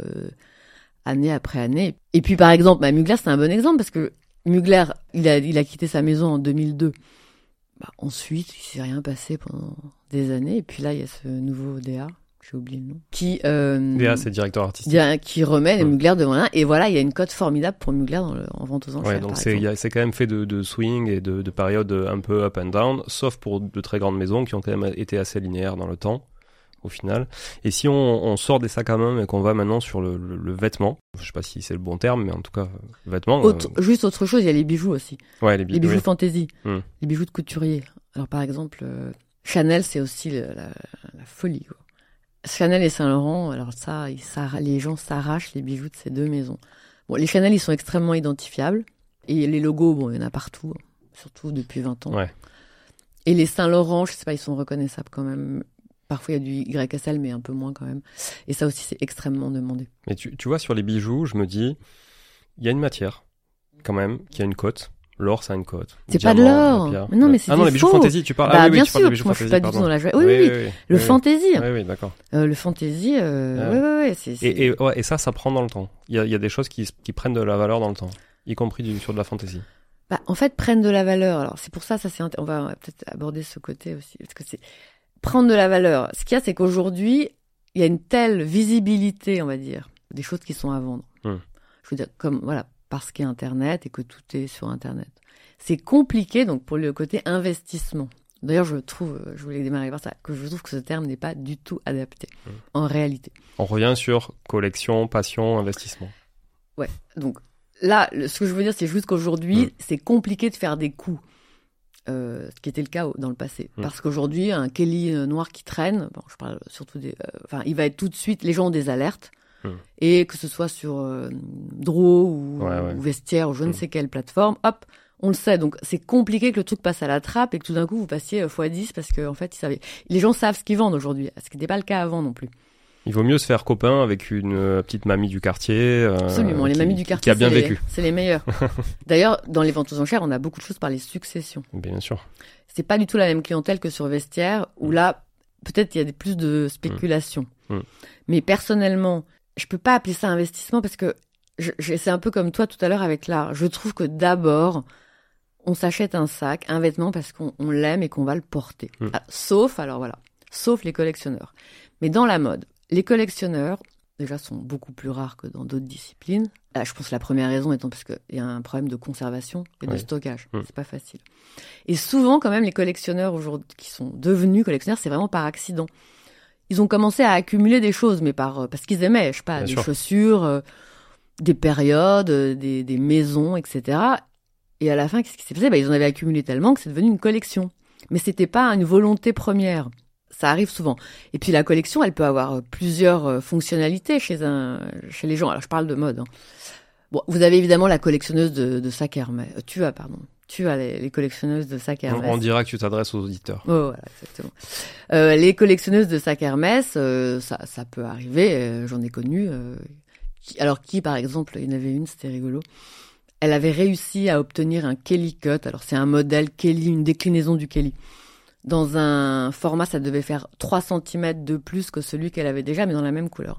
année après année. Et puis, par exemple, bah, Mugler, c'est un bon exemple, parce que Mugler, il a, il a quitté sa maison en deux mille deux. Bah, ensuite, il s'est rien passé pendant des années. Et puis là, il y a ce nouveau D A. J'ai oublié le nom. Qui, euh, D A, c'est directeur artistique. Qui remet les mmh. Mugler devant l'un. Et voilà, il y a une cote formidable pour Mugler dans le, en vente aux enchères. Ouais, donc c'est, y a, c'est quand même fait de, de swing et de, de périodes un peu up and down, sauf pour de très grandes maisons qui ont quand même été assez linéaires dans le temps, au final. Et si on, on sort des sacs à main et qu'on va maintenant sur le, le, le vêtement, je sais pas si c'est le bon terme, mais en tout cas, le vêtement. Autre, euh... Juste autre chose, il y a les bijoux aussi. Ouais, les, bi- les bijoux oui. fantaisie, mmh. les bijoux de couturier. Alors par exemple, euh, Chanel, c'est aussi le, la, la folie, quoi. Chanel et Saint-Laurent, alors ça, ils les gens s'arrachent les bijoux de ces deux maisons. Bon, les Chanel, ils sont extrêmement identifiables. Et les logos, bon, il y en a partout, hein, surtout depuis vingt ans. Ouais. Et les Saint-Laurent, je sais pas, ils sont reconnaissables quand même. Parfois, il y a du Y S L, mais un peu moins quand même. Et ça aussi, c'est extrêmement demandé. Mais tu, tu vois, sur les bijoux, je me dis, il y a une matière, quand même, qui a une cote. L'or, ça a une cote. C'est pas de l'or. Mais non, mais c'est ah non, les bijoux faux. fantaisie, tu parles. Bah, ah oui, bien oui, tu sûr. parles des bijoux Moi, fantaisie, je suis pas du tout dans la joie. Oui, oui, oui. oui, oui. Le oui, fantaisie. Oui, oui, d'accord. Euh, le fantaisie, euh, ouais. ouais, ouais, ouais. C'est, c'est... Et, et, ouais, et ça, ça prend dans le temps. Il y a, il y a des choses qui, qui prennent de la valeur dans le temps, y compris du, sur de la fantaisie. Bah, en fait, prennent de la valeur. Alors, c'est pour ça, ça c'est, int... on va, on va peut-être aborder ce côté aussi, parce que c'est prendre de la valeur. Ce qu'il y a, c'est qu'aujourd'hui, il y a une telle visibilité, on va dire, des choses qui sont à vendre. Hum. Je veux dire, comme, voilà, parce qu'il y a Internet et que tout est sur Internet. C'est compliqué, donc, pour le côté investissement. D'ailleurs, je trouve, je voulais démarrer par ça, que je trouve que ce terme n'est pas du tout adapté, mmh. en réalité. On revient sur collection, passion, investissement. Ouais, donc là, ce que je veux dire, c'est juste qu'aujourd'hui, mmh. c'est compliqué de faire des coups, euh, ce qui était le cas dans le passé. Mmh. Parce qu'aujourd'hui, un Kelly noir qui traîne, bon, je parle surtout des... Euh, enfin, il va être tout de suite, les gens ont des alertes, mmh. et que ce soit sur euh, Draw ou, ouais, ouais. ou Vestiaire ou je ne mmh. sais quelle plateforme, hop, on le sait, donc c'est compliqué que le truc passe à la trappe et que tout d'un coup vous passiez fois dix parce que en fait, ils savaient. Les gens savent ce qu'ils vendent aujourd'hui, ce qui n'était pas le cas avant non plus. Il vaut mieux se faire copain avec une euh, petite mamie du quartier. Euh, Absolument, les qui, mamies du quartier, qui a bien c'est vécu. Les, c'est les meilleurs. D'ailleurs, dans les ventes aux enchères, on a beaucoup de choses par les successions. Bien sûr. C'est pas du tout la même clientèle que sur Vestiaire, où là, peut-être il y a des, plus de spéculation. Mmh. Mmh. Mais personnellement, je peux pas appeler ça investissement parce que je, je, c'est un peu comme toi tout à l'heure avec l'art. Je trouve que d'abord, on s'achète un sac, un vêtement parce qu'on on l'aime et qu'on va le porter. Mmh. Ah, sauf, alors voilà, sauf les collectionneurs. Mais dans la mode, les collectionneurs, déjà, sont beaucoup plus rares que dans d'autres disciplines. Là, je pense que la première raison étant parce qu'il y a un problème de conservation et de oui. stockage. Mmh. C'est pas facile. Et souvent, quand même, les collectionneurs aujourd'hui, qui sont devenus collectionneurs, c'est vraiment par accident. Ils ont commencé à accumuler des choses, mais par parce qu'ils aimaient, je sais pas, Bien des sûr. chaussures, euh, des périodes, euh, des, des maisons, et cetera. Et à la fin, qu'est-ce qui s'est passé ? Bah, ils en avaient accumulé tellement que c'est devenu une collection. Mais c'était pas une volonté première. Ça arrive souvent. Et puis la collection, elle peut avoir plusieurs fonctionnalités chez un, chez les gens. Alors je parle de mode. Hein. Bon, vous avez évidemment la collectionneuse de, de sacs Hermès. Euh, tu as, pardon. Tu as les, les collectionneuses de sacs Hermès. On, on dira que tu t'adresses aux auditeurs. Oh, voilà, exactement. Euh, les collectionneuses de sacs Hermès, euh, ça, ça peut arriver. Euh, j'en ai connu. Euh, qui, alors qui, par exemple, il y en avait une, c'était rigolo. Elle avait réussi à obtenir un Kelly Cut. Alors c'est un modèle Kelly, une déclinaison du Kelly. Dans un format, ça devait faire trois centimètres de plus que celui qu'elle avait déjà, mais dans la même couleur.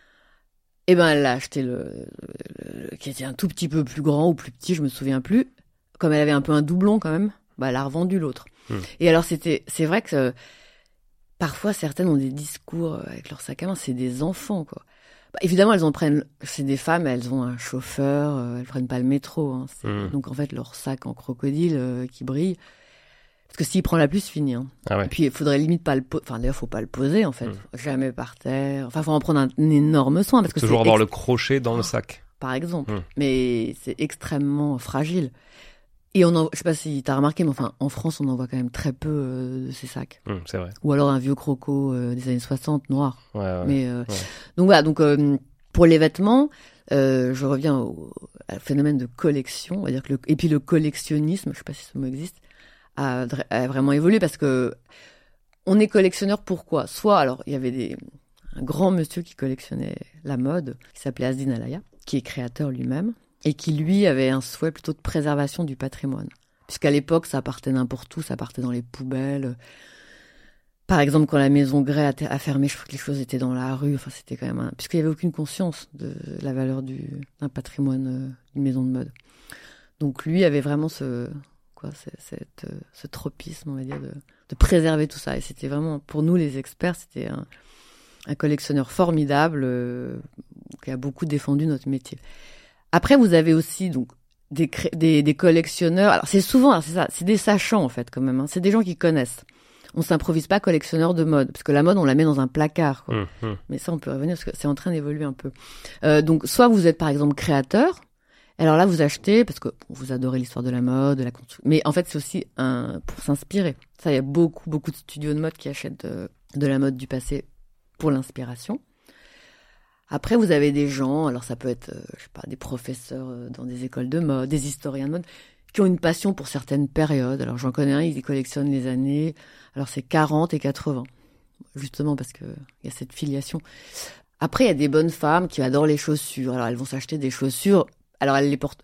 Eh ben, elle a acheté le, le, le, qui était un tout petit peu plus grand ou plus petit, je me souviens plus. Comme elle avait un peu un doublon quand même, bah, elle a revendu l'autre. Mmh. Et alors, c'était, c'est vrai que euh, parfois, certaines ont des discours avec leur sac à main, c'est des enfants, quoi. Bah, évidemment, elles en prennent, c'est des femmes, elles ont un chauffeur, euh, elles prennent pas le métro. Hein, mmh. Donc, en fait, leur sac en crocodile euh, qui brille. Parce que s'il prend la pluie, c'est fini. Hein. Ah ouais. Et puis, il faudrait limite pas le poser. Enfin, d'ailleurs, faut pas le poser, en fait. Mmh. Jamais par terre. Enfin, faut en prendre un, un énorme soin. Parce que toujours c'est avoir ex... le crochet dans le sac. Par exemple. Mmh. Mais c'est extrêmement fragile. Et on en... je sais pas si t'as remarqué, mais enfin, en France, on en voit quand même très peu euh, de ces sacs. Mmh, c'est vrai. Ou alors un vieux croco euh, des années soixante, noir. Ouais, ouais. Mais, euh... ouais. Donc voilà, donc, euh, pour les vêtements, euh, je reviens au, au phénomène de collection. On va dire que le... Et puis le collectionnisme, je sais pas si ce mot existe. A, a vraiment évolué parce que on est collectionneur pourquoi ? Soit, alors, il y avait des, un grand monsieur qui collectionnait la mode, qui s'appelait Asdin Alaya, qui est créateur lui-même, et qui, lui, avait un souhait plutôt de préservation du patrimoine. Puisqu'à l'époque, ça partait n'importe où, ça partait dans les poubelles. Par exemple, quand la maison Gray a, a fermé, je crois que les choses étaient dans la rue, enfin, c'était quand même un... Puisqu'il n'y avait aucune conscience de la valeur du, d'un patrimoine, euh, d'une maison de mode. Donc, lui avait vraiment ce... Quoi, c'est, c'est, euh, ce tropisme, on va dire, de, de préserver tout ça. Et c'était vraiment, pour nous les experts, c'était un, un collectionneur formidable euh, qui a beaucoup défendu notre métier. Après, vous avez aussi donc des, des, des collectionneurs. Alors c'est souvent, alors c'est ça, c'est des sachants en fait quand même. Hein, c'est des gens qui connaissent. On s'improvise pas collectionneur de mode parce que la mode on la met dans un placard. Quoi. Mmh, mmh. Mais ça on peut revenir parce que c'est en train d'évoluer un peu. Euh, donc soit vous êtes par exemple créateur. Alors là, vous achetez, parce que vous adorez l'histoire de la mode, de la construction, mais en fait, c'est aussi un, pour s'inspirer. Ça, il y a beaucoup, beaucoup de studios de mode qui achètent de, de la mode du passé pour l'inspiration. Après, vous avez des gens, alors ça peut être, euh, je sais pas, des professeurs dans des écoles de mode, des historiens de mode, qui ont une passion pour certaines périodes. Alors j'en connais un, il collectionne les années, alors c'est quarante et quatre-vingts, justement parce que il y a cette filiation. Après, il y a des bonnes femmes qui adorent les chaussures. Alors elles vont s'acheter des chaussures. Alors, elles les portent.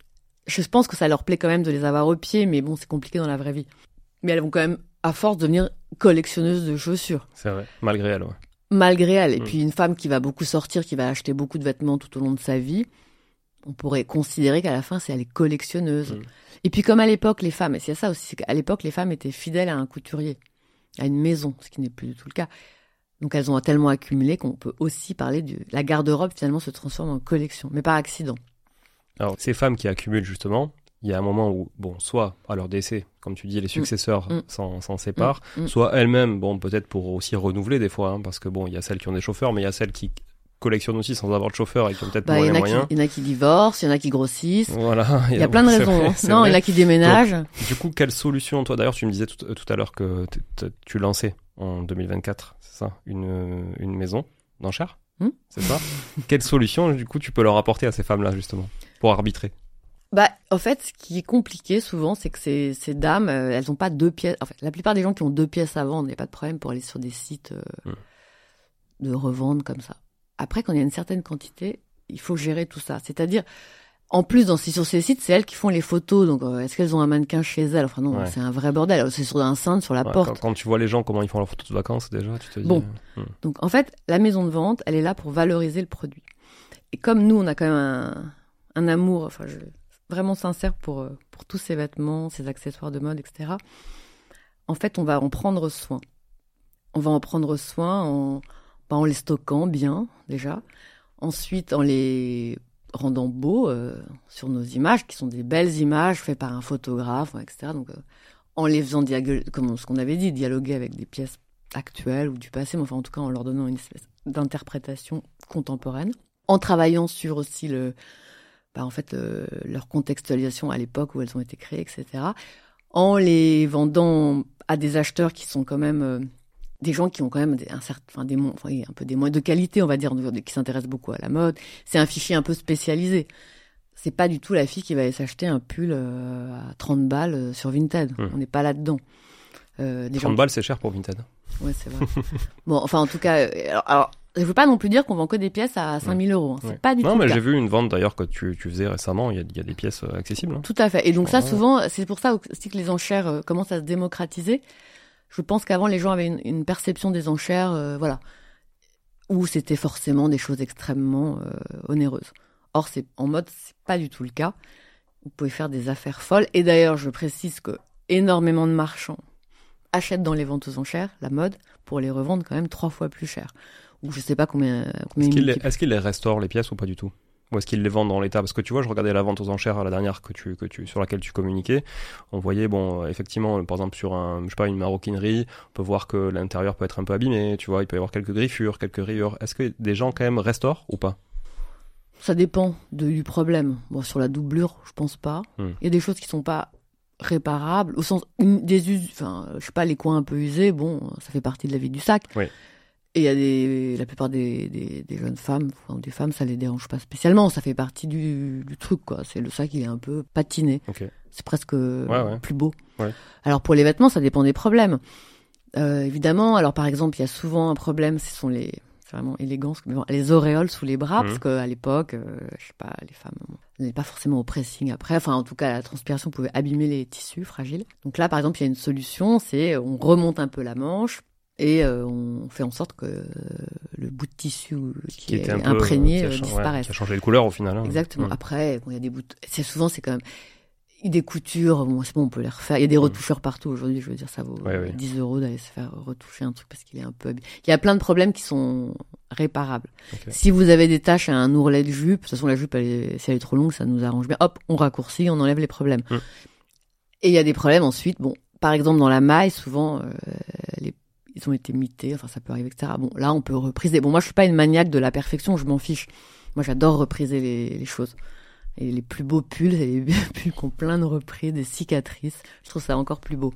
Je pense que ça leur plaît quand même de les avoir aux pieds, mais bon, c'est compliqué dans la vraie vie. Mais elles vont quand même, à force, devenir collectionneuses de chaussures. C'est vrai, malgré elles, ouais. Malgré elles. Et mmh. puis, une femme qui va beaucoup sortir, qui va acheter beaucoup de vêtements tout au long de sa vie, on pourrait considérer qu'à la fin, c'est elle est collectionneuse. Mmh. Et puis, comme à l'époque, les femmes, et c'est ça aussi, c'est qu'à l'époque, les femmes étaient fidèles à un couturier, à une maison, ce qui n'est plus du tout le cas. Donc, elles ont tellement accumulé qu'on peut aussi parler de la garde-robe, finalement, se transforme en collection, mais par accident. Alors, ces femmes qui accumulent, justement, il y a un moment où, bon, soit à leur décès, comme tu dis, les successeurs mmh. s'en, s'en séparent, mmh. soit elles-mêmes, bon, peut-être pour aussi renouveler des fois, hein, parce que bon, il y a celles qui ont des chauffeurs, mais il y a celles qui collectionnent aussi sans avoir de chauffeur et qui ont peut-être bah, moins les qui, moyens. Il y en a qui divorcent, il y en a qui grossissent. Voilà. Il y a, a plein de raisons. Vrai, hein. Non, vrai. il y en a qui déménagent. Donc, du coup, quelle solution, toi, d'ailleurs, tu me disais tout, tout à l'heure que tu lançais en deux mille vingt-quatre, c'est ça, une, une maison d'enchères, mmh. c'est ça. Quelle solution, du coup, tu peux leur apporter à ces femmes-là, justement, pour arbitrer? Bah, en fait, ce qui est compliqué souvent, c'est que ces, ces dames, euh, elles n'ont pas deux pièces. En fait, la plupart des gens qui ont deux pièces à vendre, il n'y a pas de problème pour aller sur des sites euh, mmh. de revente comme ça. Après, quand il y a une certaine quantité, il faut gérer tout ça. C'est-à-dire, en plus, dans, sur ces sites, c'est elles qui font les photos. Donc, euh, est-ce qu'elles ont un mannequin chez elles? Enfin non, ouais. c'est un vrai bordel. C'est sur un cintre, sur la ouais, porte. Quand, quand tu vois les gens, comment ils font leurs photos de vacances, déjà, tu te dis... Bon, euh, hmm. donc en fait, la maison de vente, elle est là pour valoriser le produit. Et comme nous, on a quand même un, un amour, enfin, je, vraiment sincère pour, pour tous ces vêtements, ces accessoires de mode, et cetera. En fait, on va en prendre soin. On va en prendre soin en, en les stockant bien, déjà. Ensuite, en les rendant beaux euh, sur nos images, qui sont des belles images faites par un photographe, et cetera. Donc, euh, en les faisant, dialoguer, comme ce qu'on avait dit, dialoguer avec des pièces actuelles ou du passé, mais enfin, en tout cas, en leur donnant une espèce d'interprétation contemporaine. En travaillant sur aussi le, bah, en fait, euh, leur contextualisation à l'époque où elles ont été créées, et cetera. en les vendant à des acheteurs qui sont quand même euh, des gens qui ont quand même des, un certain, enfin, des, enfin, un peu des moyens de qualité, on va dire, qui s'intéressent beaucoup à la mode. C'est un fichier un peu spécialisé. C'est pas du tout la fille qui va aller s'acheter un pull euh, à trente balles euh, sur Vinted. Mmh. On n'est pas là-dedans. Euh, des trente gens... balles, c'est cher pour Vinted. Ouais, c'est vrai. Bon, enfin, en tout cas, euh, alors, alors, je veux pas non plus dire qu'on vend que des pièces à cinq mille euros. Hein. C'est ouais. pas du non, tout. Non, mais le j'ai cas. vu une vente d'ailleurs que tu, tu faisais récemment. Il y a, il y a des pièces euh, accessibles. Hein. Tout à fait. Et donc, ça, ouais. souvent, c'est pour ça aussi que les enchères euh, commencent à se démocratiser. Je pense qu'avant, les gens avaient une, une perception des enchères, euh, voilà, où c'était forcément des choses extrêmement euh, onéreuses. Or, c'est, en mode, c'est pas du tout le cas. Vous pouvez faire des affaires folles. Et d'ailleurs, je précise que énormément de marchands achètent dans les ventes aux enchères, la mode, pour les revendre quand même trois fois plus cher. Ou je sais pas combien... combien est-ce, qu'ils les, est-ce qu'ils les restaurent, les pièces, ou pas du tout ? Ou est-ce qu'ils les vendent dans l'état ? Parce que tu vois, je regardais la vente aux enchères, la dernière que tu, que tu, sur laquelle tu communiquais. On voyait, bon, euh, effectivement, par exemple, sur un, je sais pas, une maroquinerie, on peut voir que l'intérieur peut être un peu abîmé, tu vois, il peut y avoir quelques griffures, quelques rayures. Est-ce que des gens, quand même, restaurent ou pas ? Ça dépend de, du problème. Bon, sur la doublure, je pense pas. Hmm. Il y a des choses qui sont pas réparables, au sens, des us, enfin, je sais pas, les coins un peu usés, bon, ça fait partie de la vie du sac. Oui. Et il y a des, la plupart des, des, des jeunes femmes, enfin, des femmes, ça les dérange pas spécialement. Ça fait partie du, du truc, quoi. C'est le sac, il est un peu patiné. Okay. C'est presque ouais, ouais. plus beau. Ouais. Alors pour les vêtements, ça dépend des problèmes. Euh, évidemment, alors par exemple, il y a souvent un problème, ce sont les, c'est vraiment élégant, mais bon, les auréoles sous les bras, mmh. parce qu'à l'époque, euh, je sais pas, les femmes n'étaient pas forcément au pressing après. Enfin, en tout cas, la transpiration pouvait abîmer les tissus fragiles. Donc là, par exemple, il y a une solution, c'est on remonte un peu la manche. Et euh, on fait en sorte que euh, le bout de tissu qui, qui est imprégné peu, qui a, euh, disparaisse. Ouais, qui a changé de couleur au final. Hein. Exactement. Mmh. Après, bon, il y a des bouts. De... C'est souvent, c'est quand même des coutures. Bon, c'est bon, on peut les refaire. Il y a des retoucheurs mmh. partout aujourd'hui. Je veux dire, ça vaut ouais, ouais. dix euros d'aller se faire retoucher un truc parce qu'il est un peu. Il y a plein de problèmes qui sont réparables. Okay. Si vous avez des taches à un ourlet de jupe, de toute façon, la jupe, elle est, si elle est trop longue, ça nous arrange bien. Hop, on raccourcit, on enlève les problèmes. Mmh. Et il y a des problèmes ensuite. Bon, par exemple, dans la maille, souvent, euh, les ils ont été mités, enfin ça peut arriver, et cetera. Bon, là, on peut repriser. Bon, moi, je suis pas une maniaque de la perfection, je m'en fiche. Moi, j'adore repriser les, les choses. Et les plus beaux pulls, c'est les pulls qui ont plein de reprises, des cicatrices. Je trouve ça encore plus beau.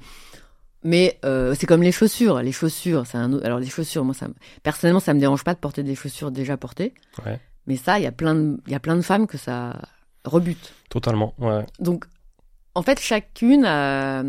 Mais euh, c'est comme les chaussures. Les chaussures, c'est un autre... Alors, les chaussures, moi, ça me... personnellement, ça me dérange pas de porter des chaussures déjà portées. Ouais. Mais ça, il y a plein de... il y a plein de femmes que ça rebute. Totalement, ouais. Donc, en fait, chacune a...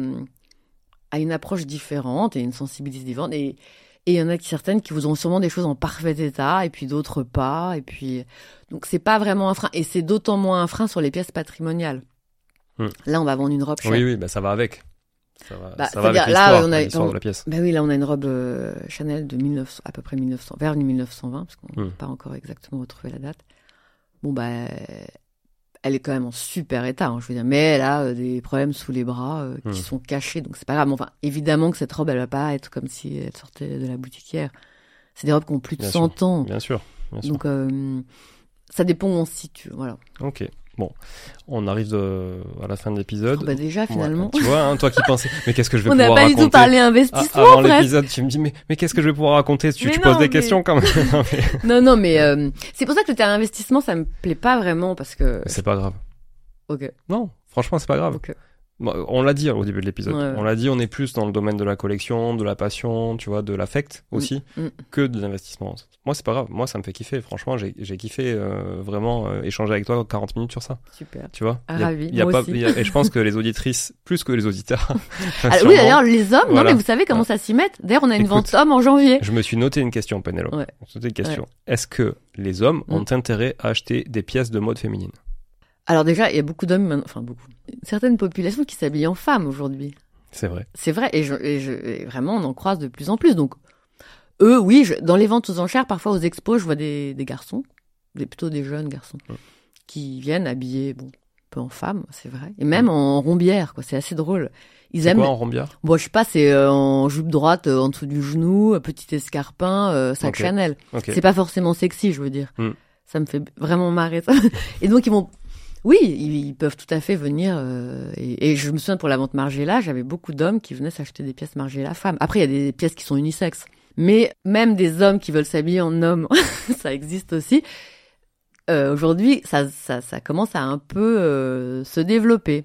a une approche différente et une sensibilité différente. Et il y en a certaines qui vous ont sûrement des choses en parfait état et puis d'autres pas. Et puis, donc, c'est pas vraiment un frein. Et c'est d'autant moins un frein sur les pièces patrimoniales. Hum. Là, on va vendre une robe chère. Oui, oui, bah, ça va avec. Ça va, bah, ça va avec là, l'histoire, on a, l'histoire on, de la pièce. Bah oui, là, on a une robe euh, Chanel de mille neuf cents, à peu près mille neuf cents, vers mille neuf cent vingt, parce qu'on n'a hum. pas encore exactement retrouvé la date. Bon, bah... elle est quand même en super état, hein, je veux dire, mais elle a euh, des problèmes sous les bras euh, qui mmh. sont cachés, donc c'est pas grave. Enfin, évidemment que cette robe, elle va pas être comme si elle sortait de la boutiquière. C'est des robes qui ont plus de bien cent sûr. ans. Bien sûr, bien sûr. Donc, euh, ça dépend où on se situe, voilà. Ok. Bon, on arrive de, à la fin de l'épisode. Oh bah déjà, finalement. Ouais, tu vois, hein, toi qui pensais, mais qu'est-ce que je vais on pouvoir raconter ? On n'a pas du tout parlé investissement, Avant presque. l'épisode, tu me dis, mais, mais qu'est-ce que je vais pouvoir raconter ? Tu, tu non, poses des mais... questions quand même. non, mais, non, non, mais euh, c'est pour ça que le terme investissement, ça me plaît pas vraiment, parce que... C'est pas grave. Ok. Non, franchement, c'est pas grave. Okay. Bon, on l'a dit au début de l'épisode. Ouais, ouais. On l'a dit, on est plus dans le domaine de la collection, de la passion, tu vois, de l'affect aussi, mm, mm. que de l'investissement. Moi, c'est pas grave. Moi, ça me fait kiffer. Franchement, j'ai, j'ai kiffé euh, vraiment euh, échanger avec toi quarante minutes sur ça. Super. Tu vois. Ah, ravi. Y a Moi pas, aussi. y a, et je pense que les auditrices, plus que les auditeurs. Alors, oui, d'ailleurs, les hommes. Voilà. Non, mais vous savez comment ouais. ça s'y met. D'ailleurs, on a une Écoute, vente homme en janvier. Je me suis noté une question, Pénélope. Ouais. Je me suis noté une question. Ouais. Est-ce que les hommes mm. ont intérêt à acheter des pièces de mode féminine ? Alors déjà, il y a beaucoup d'hommes, enfin beaucoup, certaines populations qui s'habillent en femmes aujourd'hui. C'est vrai. C'est vrai, et, je, et, je, et vraiment, on en croise de plus en plus. Donc, eux, oui, je, dans les ventes aux enchères, parfois aux expos, je vois des, des garçons, des, plutôt des jeunes garçons, mmh. qui viennent habillés, bon, un peu en femmes, c'est vrai, et même mmh. en rombière, quoi. C'est assez drôle. Ils c'est aiment. Quoi en rombière ? Bon, je sais pas, c'est euh, en jupe droite, euh, en dessous du genou, petit escarpin, euh, sac okay. Chanel. Okay. C'est pas forcément sexy, je veux dire. Mmh. Ça me fait vraiment marrer, ça. Et donc, ils vont. Oui, ils, ils peuvent tout à fait venir. Euh, et, et je me souviens pour la vente Margiela, j'avais beaucoup d'hommes qui venaient s'acheter des pièces Margiela femmes. Après, il y a des pièces qui sont unisexes. Mais même des hommes qui veulent s'habiller en hommes, ça existe aussi. Euh, aujourd'hui, ça, ça, ça commence à un peu euh, se développer.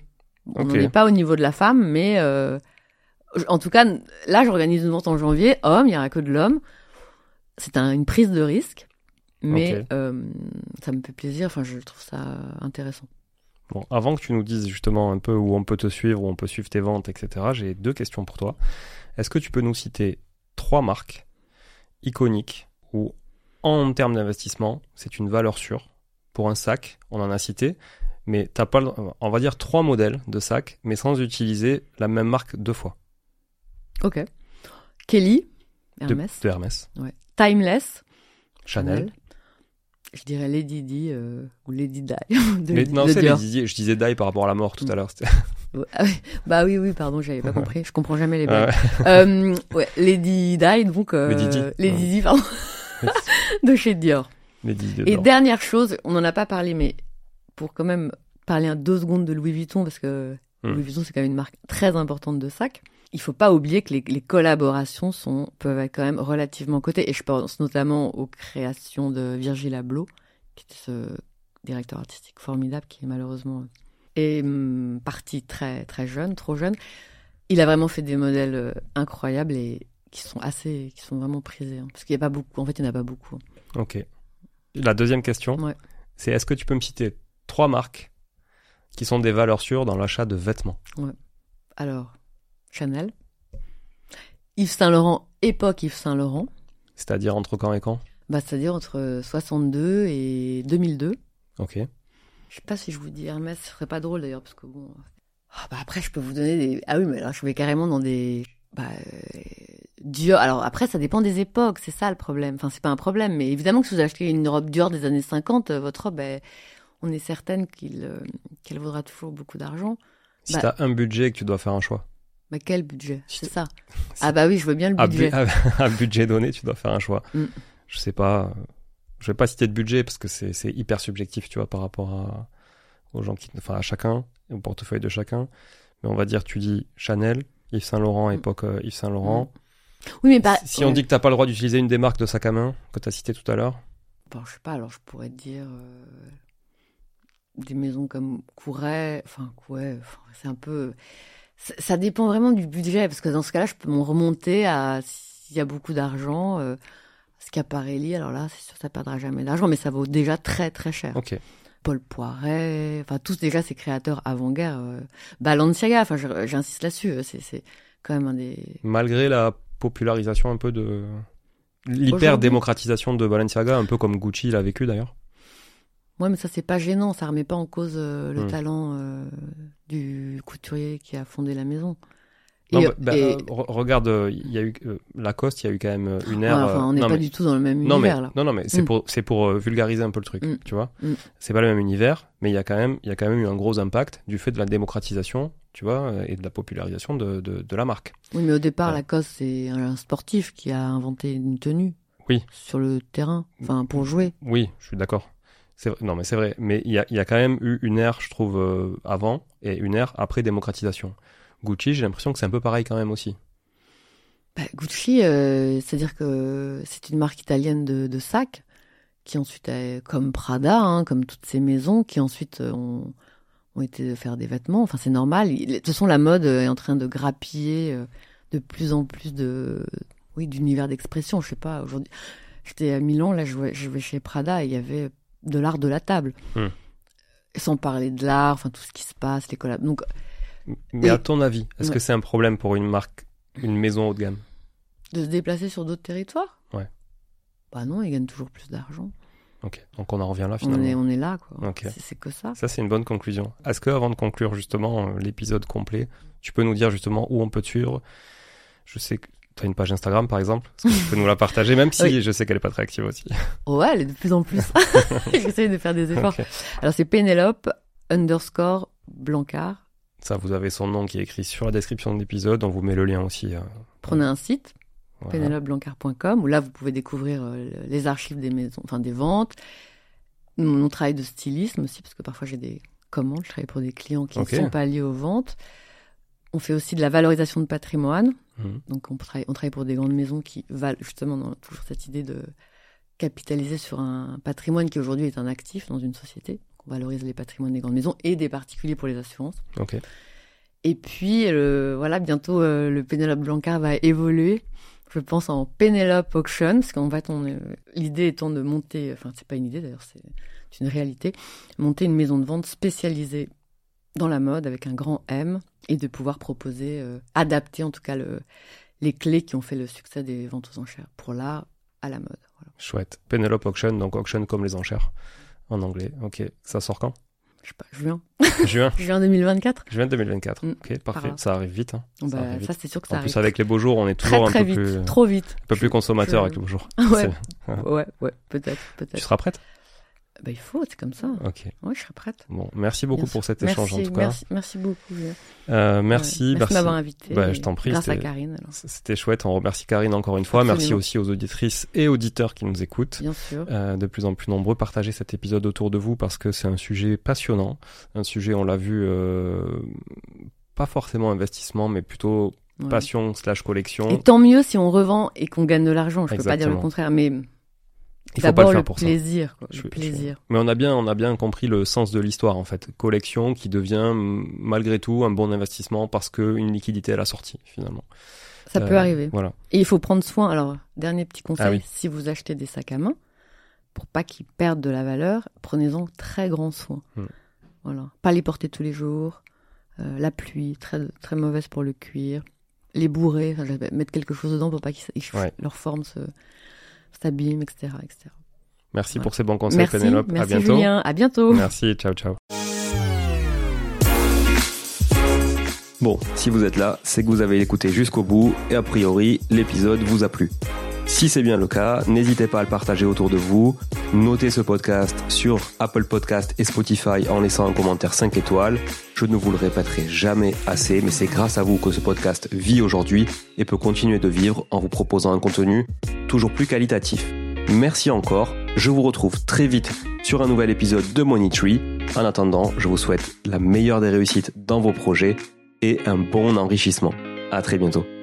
On n'en Ok. est pas au niveau de la femme, mais euh, en tout cas, là, j'organise une vente en janvier. Homme, il n'y aura que de l'homme. C'est un, une prise de risque, mais Ok. euh, ça me fait plaisir. Enfin, je trouve ça intéressant. Bon, avant que tu nous dises justement un peu où on peut te suivre, où on peut suivre tes ventes, et cetera, j'ai deux questions pour toi. Est-ce que tu peux nous citer trois marques iconiques où, en termes d'investissement, c'est une valeur sûre pour un sac, on en a cité, mais t'as pas, le- on va dire trois modèles de sacs, mais sans utiliser la même marque deux fois. Ok. Kelly, De, Hermès. de Hermès, Ouais. Timeless, Chanel. Je dirais Lady Di euh, ou Lady Di. de, Mais, de non, c'est Dior. les Didier. Je disais die par rapport à la mort tout à l'heure. C'était... Ah oui. Bah oui, oui, pardon, j'avais pas compris. Je comprends jamais les Ah blagues. ouais. euh, ouais, Lady Di, donc. Euh, Lady Di. Lady Ouais. Di, pardon. de chez Dior. Les Didier Et d'or. dernière chose, on n'en a pas parlé, mais pour quand même parler un deux secondes de Louis Vuitton, parce que Hmm. Louis Vuitton, c'est quand même une marque très importante de sacs. Il faut pas oublier que les, les collaborations sont, peuvent être quand même relativement cotées. Et je pense notamment aux créations de Virgil Abloh, qui était ce directeur artistique formidable, qui est malheureusement est hum, parti très, très jeune, trop jeune. Il a vraiment fait des modèles euh, incroyables et qui sont assez, qui sont vraiment prisés. Hein, parce qu'il n'y a pas beaucoup. En fait, il n'y en a pas beaucoup. Hein. Ok. La deuxième question, Ouais. c'est est-ce que tu peux me citer trois marques qui sont des valeurs sûres dans l'achat de vêtements? Alors, Chanel, Yves Saint Laurent, époque Yves Saint Laurent, C'est-à-dire entre quand et quand? bah, c'est-à-dire entre soixante-deux et deux mille deux. Ok. Je sais pas si je vous dis Hermès, ce serait pas drôle d'ailleurs, parce que bon. Ah, bah après, je peux vous donner des. Ah oui, mais alors je vais carrément dans des. Bah, euh, Dior. Alors après, ça dépend des époques, c'est ça le problème. Enfin, c'est pas un problème, mais évidemment que si vous achetez une robe Dior des années cinquante, euh, votre robe, elle, on est certaine qu'il, euh, qu'elle vaudra toujours beaucoup d'argent. Si Bah- t'as un budget et que tu dois faire un choix. Bah, quel budget? Si C'est t'es- ça. Si- Ah bah oui, je veux bien le à, bu- budget. à- à budget donné, tu dois faire un choix. Mm. Je sais pas. euh, Je vais pas citer de budget parce que c'est, c'est hyper subjectif, tu vois, par rapport à, aux gens qui, enfin, à chacun, au portefeuille de chacun. Mais on va dire, tu dis Chanel, Yves Saint Laurent, Mm. époque euh, Yves Saint Laurent. Oui, mais pas. Si, si on ouais. dit que t'as pas le droit d'utiliser une des marques de sac à main que t'as cité tout à l'heure, Bon, je sais pas, alors je pourrais te dire euh, des maisons comme Couret, enfin Couret, enfin, c'est un peu. Ça, ça dépend vraiment du budget, parce que dans ce cas-là, je peux m'en remonter à s'il y a beaucoup d'argent. Euh, Schiaparelli, alors là, c'est sûr, ça perdra jamais d'argent, mais ça vaut déjà très très cher. ok. Paul Poiret, enfin tous déjà ces créateurs avant-guerre. Euh, Balenciaga, enfin je- j'insiste là-dessus, euh, c'est, c'est quand même un des. Malgré la popularisation un peu de l'hyper Aujourd'hui. démocratisation de Balenciaga, un peu comme Gucci l'a vécu d'ailleurs. Ouais, mais ça c'est pas gênant, ça remet pas en cause euh, le Hmm. talent euh, du couturier qui a fondé la maison. Non, Et- bah, bah, et- euh, re- regarde, euh, il y a eu euh, Lacoste, il y a eu quand même euh, une Ouais, ère. enfin, on euh, n'est non, pas mais- du tout dans le même non, mais, univers là. non, non, mais c'est Mm. pour, c'est pour euh, vulgariser un peu le truc, Mm. tu vois. Mm. C'est pas le même univers, mais il y a quand même, il y a quand même eu un gros impact du fait de la démocratisation, tu vois, euh, et de la popularisation de, de, de la marque. Oui, mais au départ, Ouais. Lacoste c'est un sportif qui a inventé une tenue. Oui. Sur le terrain, enfin pour jouer. Oui, je suis d'accord. C'est, vrai- non, mais c'est vrai. Mais il y a, il y a quand même eu une ère, je trouve, euh, avant et une ère après démocratisation. Gucci, j'ai l'impression que c'est un peu pareil quand même aussi. Bah, Gucci, euh, c'est-à-dire que c'est une marque italienne de, de sacs qui ensuite, a, comme Prada, hein, comme toutes ces maisons, qui ensuite euh, ont, ont été faire des vêtements. Enfin, c'est normal. Il- De toute façon, la mode est en train de grappiller euh, de plus en plus de, oui, d'univers d'expression. Je sais pas. Aujourd'hui, j'étais à Milan, là, je vais, je vais chez Prada, et il y avait de l'art de la table. Hmm. Sans parler de l'art, enfin tout ce qui se passe, les collabs. Donc, Mais Et- à ton avis, est-ce Ouais. que c'est un problème pour une marque, une maison haut de gamme? de se déplacer sur d'autres territoires. Ouais. Bah non, ils gagnent toujours plus d'argent. Ok, donc on en revient là On finalement. est, on est là, quoi. Ok. C'est, c'est que ça. Ça, c'est une bonne conclusion. Est-ce que, avant de conclure justement euh, l'épisode complet, tu peux nous dire justement où on peut te suivre? Je sais que tu as une page Instagram par exemple. Est-ce que tu peux nous la partager, même si Oui. je sais qu'elle est pas très active aussi. Oh ouais, elle est de plus en plus. J'essaie de faire des efforts. Ok. Alors c'est Pénélope underscore Blancard. Ça, vous avez son nom qui est écrit sur la description de l'épisode. On vous met le lien aussi. euh, Prenez un site, voilà. pénélope blancard point com, où là vous pouvez découvrir euh, les archives des maisons, enfin des ventes, mon, mon travail de stylisme aussi, parce que parfois j'ai des commandes, je travaille pour des clients qui ne Ok. sont pas liés aux ventes. On fait aussi de la valorisation de patrimoine. Mhm. Donc on travaille, on travaille pour des grandes maisons qui valent justement dans toujours cette idée de capitaliser sur un patrimoine qui aujourd'hui est un actif dans une société. On valorise les patrimoines des grandes maisons et des particuliers pour les assurances. Ok. Et puis, le, voilà, bientôt, euh, le Pénélope Blancard va évoluer. Je pense en Pénélope Auction, parce qu'en fait, on, euh, l'idée étant de monter, enfin, c'est pas une idée d'ailleurs, c'est une réalité, monter une maison de vente spécialisée dans la mode avec un grand M et de pouvoir proposer, euh, adapter en tout cas le, les clés qui ont fait le succès des ventes aux enchères pour l'art à la mode. Voilà. Chouette. Pénélope Auction, donc auction comme les enchères en anglais. Ok, ça sort quand ? Je sais pas, juin. Juin. Juin deux mille vingt-quatre. Juin deux mille vingt-quatre. Mm. Ok, parfait. Voilà. Ça arrive vite. Hein. Bah, ça, arrive ça vite. c'est sûr que En ça plus, arrive. avec les beaux jours, on est toujours très, très un peu vite, plus, trop vite. un peu plus consommateur Je... avec les beaux jours. Ouais. C'est... ouais, ouais, peut-être, peut-être. Tu seras prête ? Bah, il faut, c'est comme ça. Ok. Ouais, je serai prête. Bon, merci beaucoup Bien pour sûr. cet échange merci, en tout cas. Merci, merci beaucoup. Euh, merci, ouais, merci de m'avoir invité. Bah, je t'en prie. Grâce à c'était... Karine. Alors. C'était chouette. On remercie Karine encore une fois. Absolument. Merci aussi aux auditrices et auditeurs qui nous écoutent. Bien sûr. Euh, de plus en plus nombreux. Partagez cet épisode autour de vous parce que c'est un sujet passionnant. Un sujet, on l'a vu, euh, pas forcément investissement, mais plutôt ouais. passion slash collection. Et tant mieux si on revend et qu'on gagne de l'argent. Je ne peux pas dire le contraire, mais... Il faut pas le faire le pour plaisir, quoi, ça. le je, plaisir. Je... Mais on a bien, on a bien compris le sens de l'histoire en fait. Collection qui devient malgré tout un bon investissement parce que une liquidité à la sortie finalement. Ça euh, peut arriver. Voilà. Et il faut prendre soin. Alors dernier petit conseil, ah oui. si vous achetez des sacs à main, pour pas qu'ils perdent de la valeur, prenez-en très grand soin. Hmm. Voilà. Pas les porter tous les jours. Euh, la pluie, très très mauvaise pour le cuir. Les bourrer, enfin, mettre quelque chose dedans pour pas qu'ils ouais. leur forme se s'abîme, et cetera, et cetera. Merci voilà. pour ces bons conseils, merci, Pénélope. Merci, à bientôt. Julien. À bientôt. Merci. Ciao, ciao. Bon, si vous êtes là, c'est que vous avez écouté jusqu'au bout et a priori, l'épisode vous a plu. Si c'est bien le cas, n'hésitez pas à le partager autour de vous. Notez ce podcast sur Apple Podcast et Spotify en laissant un commentaire cinq étoiles. Je ne vous le répéterai jamais assez, mais c'est grâce à vous que ce podcast vit aujourd'hui et peut continuer de vivre en vous proposant un contenu toujours plus qualitatif. Merci encore. Je vous retrouve très vite sur un nouvel épisode de Money Tree. En attendant, je vous souhaite la meilleure des réussites dans vos projets et un bon enrichissement. À très bientôt.